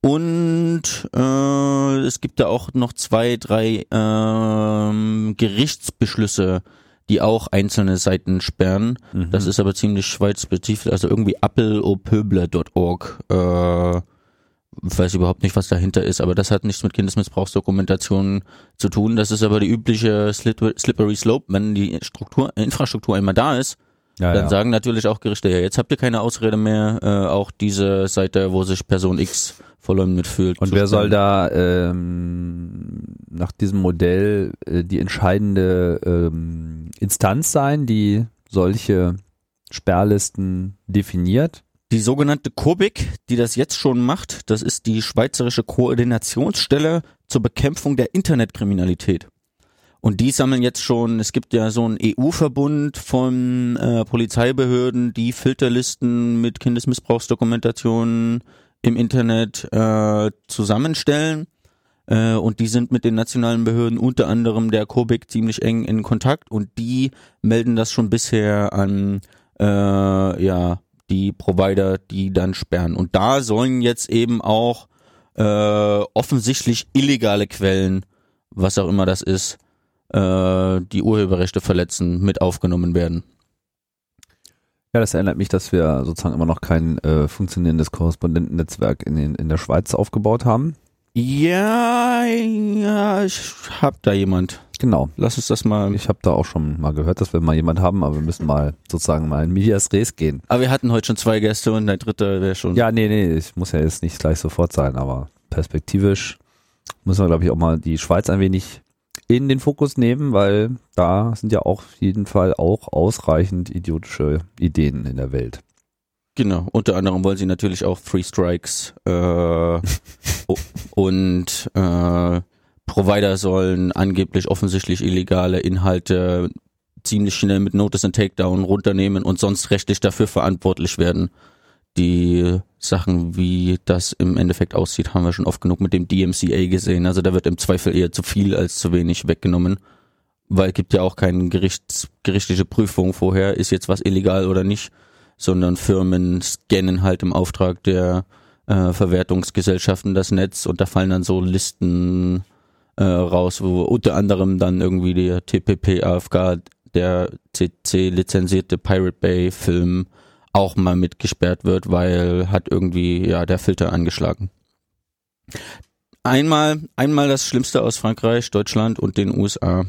und äh, es gibt da auch noch zwei, drei ähm, Gerichtsbeschlüsse, die auch einzelne Seiten sperren. Mhm. Das ist aber ziemlich schweizspezifisch, also irgendwie appel au peuple punkt org. Äh, ich weiß überhaupt nicht, was dahinter ist, aber das hat nichts mit Kindesmissbrauchsdokumentationen zu tun. Das ist aber die übliche Slip- Slippery Slope, wenn die Struktur, Infrastruktur einmal da ist, ja, dann ja. sagen natürlich auch Gerichte, ja, jetzt habt ihr keine Ausrede mehr, äh, auch diese Seite, wo sich Person X verleumdet fühlt. Und zu wer soll sperren. da ähm, nach diesem Modell äh, die entscheidende ähm, Instanz sein, die solche Sperrlisten definiert? Die sogenannte C O B I C, die das jetzt schon macht, das ist die Schweizerische Koordinationsstelle zur Bekämpfung der Internetkriminalität. Und die sammeln jetzt schon, es gibt ja so einen E U-Verbund von äh, Polizeibehörden, die Filterlisten mit Kindesmissbrauchsdokumentationen im Internet äh, zusammenstellen. Äh, und die sind mit den nationalen Behörden, unter anderem der C O B I C, ziemlich eng in Kontakt. Und die melden das schon bisher an äh, ja die Provider, die dann sperren. Und da sollen jetzt eben auch äh, offensichtlich illegale Quellen, was auch immer das ist, äh, die Urheberrechte verletzen, mit aufgenommen werden. Ja, das erinnert mich, dass wir sozusagen immer noch kein äh, funktionierendes Korrespondentennetzwerk in, den, in der Schweiz aufgebaut haben. Ja, ja, ich hab da jemand. Genau. Lass uns das mal. Ich habe da auch schon mal gehört, dass wir mal jemand haben, aber wir müssen mal sozusagen mal in Medias Res gehen. Aber wir hatten heute schon zwei Gäste und der dritte wäre schon. Ja, nee, nee, ich muss ja jetzt nicht gleich sofort sein, aber perspektivisch müssen wir, glaube ich, auch mal die Schweiz ein wenig in den Fokus nehmen, weil da sind ja auch auf jeden Fall auch ausreichend idiotische Ideen in der Welt. Genau, unter anderem wollen sie natürlich auch Three Strikes äh, und äh, Provider sollen angeblich offensichtlich illegale Inhalte ziemlich schnell mit Notice and Takedown runternehmen und sonst rechtlich dafür verantwortlich werden. Die Sachen, wie das im Endeffekt aussieht, haben wir schon oft genug mit dem D M C A gesehen. Also da wird im Zweifel eher zu viel als zu wenig weggenommen, weil es gibt ja auch keine Gerichts, gerichtliche Prüfung vorher, ist jetzt was illegal oder nicht, sondern Firmen scannen halt im Auftrag der äh, Verwertungsgesellschaften das Netz und da fallen dann so Listen äh, raus, wo unter anderem dann irgendwie der T P P A F K, der C C-lizenzierte Pirate Bay-Film auch mal mitgesperrt wird, weil hat irgendwie ja der Filter angeschlagen. Einmal, einmal das Schlimmste aus Frankreich, Deutschland und den U S A.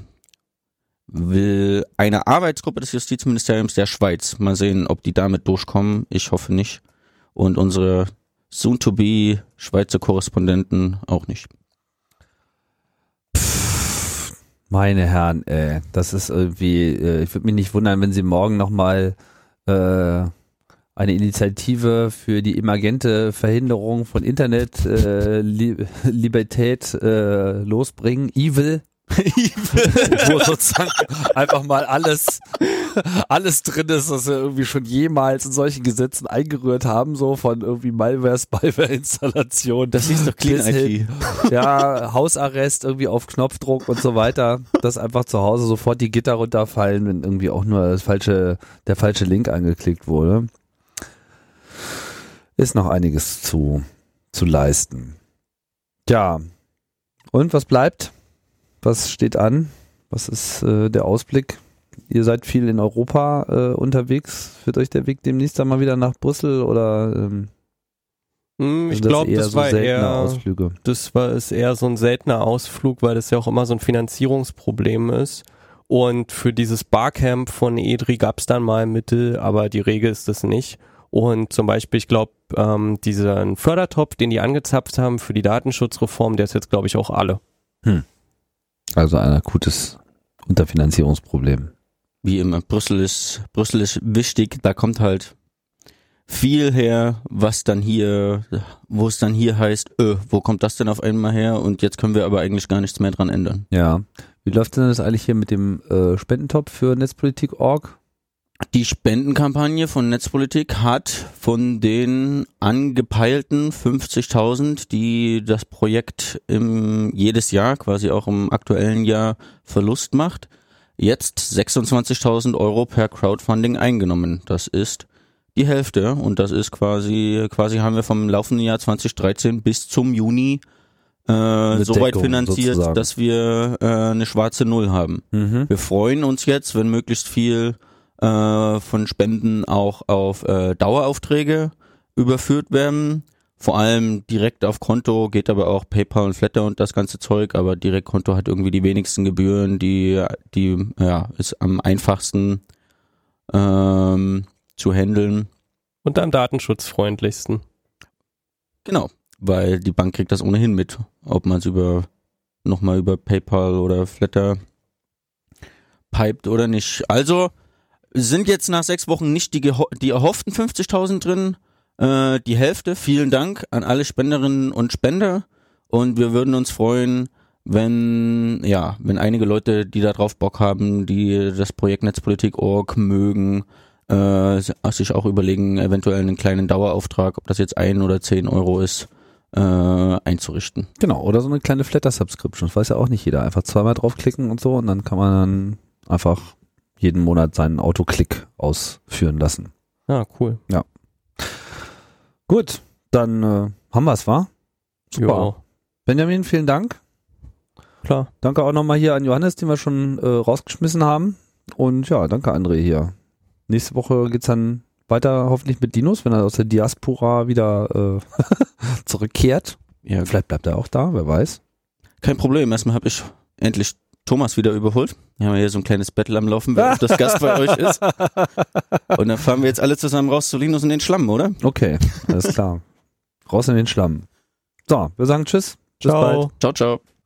Will eine Arbeitsgruppe des Justizministeriums der Schweiz, mal sehen, ob die damit durchkommen, ich hoffe nicht, und unsere soon-to-be Schweizer Korrespondenten auch nicht. Meine Herren, ey, das ist irgendwie, äh, ich würde mich nicht wundern, wenn sie morgen nochmal äh, eine Initiative für die emergente Verhinderung von Internet äh, Li- Libertät äh, losbringen, Evil wo sozusagen einfach mal alles, alles drin ist, was wir irgendwie schon jemals in solchen Gesetzen eingerührt haben, so von irgendwie Malware, Spyware-Installation. Das ist doch Clean I T. Ja, Hausarrest irgendwie auf Knopfdruck und so weiter, dass einfach zu Hause sofort die Gitter runterfallen, wenn irgendwie auch nur das falsche, der falsche Link angeklickt wurde. Ist noch einiges zu, zu leisten. Tja, und was bleibt? Was steht an? Was ist äh, der Ausblick? Ihr seid viel in Europa äh, unterwegs. Führt euch der Weg demnächst dann mal wieder nach Brüssel oder ähm, hm, ich das glaube, das so war eher Ausflüge? Das war ist eher so ein seltener Ausflug, weil das ja auch immer so ein Finanzierungsproblem ist. Und für dieses Barcamp von E D R I gab es dann mal Mittel, aber die Regel ist das nicht. Und zum Beispiel, ich glaube, ähm, diesen Fördertopf, den die angezapft haben für die Datenschutzreform, der ist jetzt, glaube ich, auch alle. Hm. Also ein akutes Unterfinanzierungsproblem. Wie immer, Brüssel ist, Brüssel ist wichtig, da kommt halt viel her, was dann hier, wo es dann hier heißt, öh, wo kommt das denn auf einmal her? Und jetzt können wir aber eigentlich gar nichts mehr dran ändern. Ja. Wie läuft denn das eigentlich hier mit dem äh, Spendentopf für Netzpolitik Punkt org? Die Spendenkampagne von Netzpolitik hat von den angepeilten fünfzigtausend, die das Projekt im jedes Jahr, quasi auch im aktuellen Jahr, Verlust macht, jetzt sechsundzwanzigtausend Euro per Crowdfunding eingenommen. Das ist die Hälfte und das ist quasi, quasi haben wir vom laufenden Jahr zwanzig dreizehn bis zum Juni äh, so weit finanziert, sozusagen, dass wir äh, eine schwarze Null haben. Mhm. Wir freuen uns jetzt, wenn möglichst viel äh, von Spenden auch auf äh, Daueraufträge überführt werden. Vor allem direkt auf Konto, geht aber auch PayPal und Flatter und das ganze Zeug, aber Direktkonto hat irgendwie die wenigsten Gebühren, die, die ja, ist am einfachsten ähm, zu handeln. Und am datenschutzfreundlichsten. Genau, weil die Bank kriegt das ohnehin mit, ob man es über nochmal über PayPal oder Flatter piped oder nicht. Also sind jetzt nach sechs Wochen nicht die, geho- die erhofften fünfzigtausend drin, äh, die Hälfte. Vielen Dank an alle Spenderinnen und Spender und wir würden uns freuen, wenn ja, wenn einige Leute, die da drauf Bock haben, die das Projekt Netzpolitik Punkt org mögen, äh, sich auch überlegen, eventuell einen kleinen Dauerauftrag, ob das jetzt ein oder zehn Euro ist, äh, einzurichten. Genau, oder so eine kleine Flatter-Subscription. Das weiß ja auch nicht jeder. Einfach zweimal draufklicken und so und dann kann man dann einfach jeden Monat seinen Autoklick ausführen lassen. Ah, cool. Ja. Gut, dann äh, haben wir es, wa? Super. Jo. Benjamin, vielen Dank. Klar. Danke auch nochmal hier an Johannes, den wir schon äh, rausgeschmissen haben. Und ja, danke André hier. Nächste Woche geht's dann weiter hoffentlich mit Linus, wenn er aus der Diaspora wieder äh, zurückkehrt. Ja, vielleicht bleibt er auch da, wer weiß. Kein Problem, erstmal habe ich endlich Thomas wieder überholt. Wir haben hier so ein kleines Battle am Laufen, wer das Gast bei euch ist. Und dann fahren wir jetzt alle zusammen raus zu Linus in den Schlamm, oder? Okay, alles klar. Raus in den Schlamm. So, wir sagen Tschüss. Bis Ciao. bald. Ciao, ciao.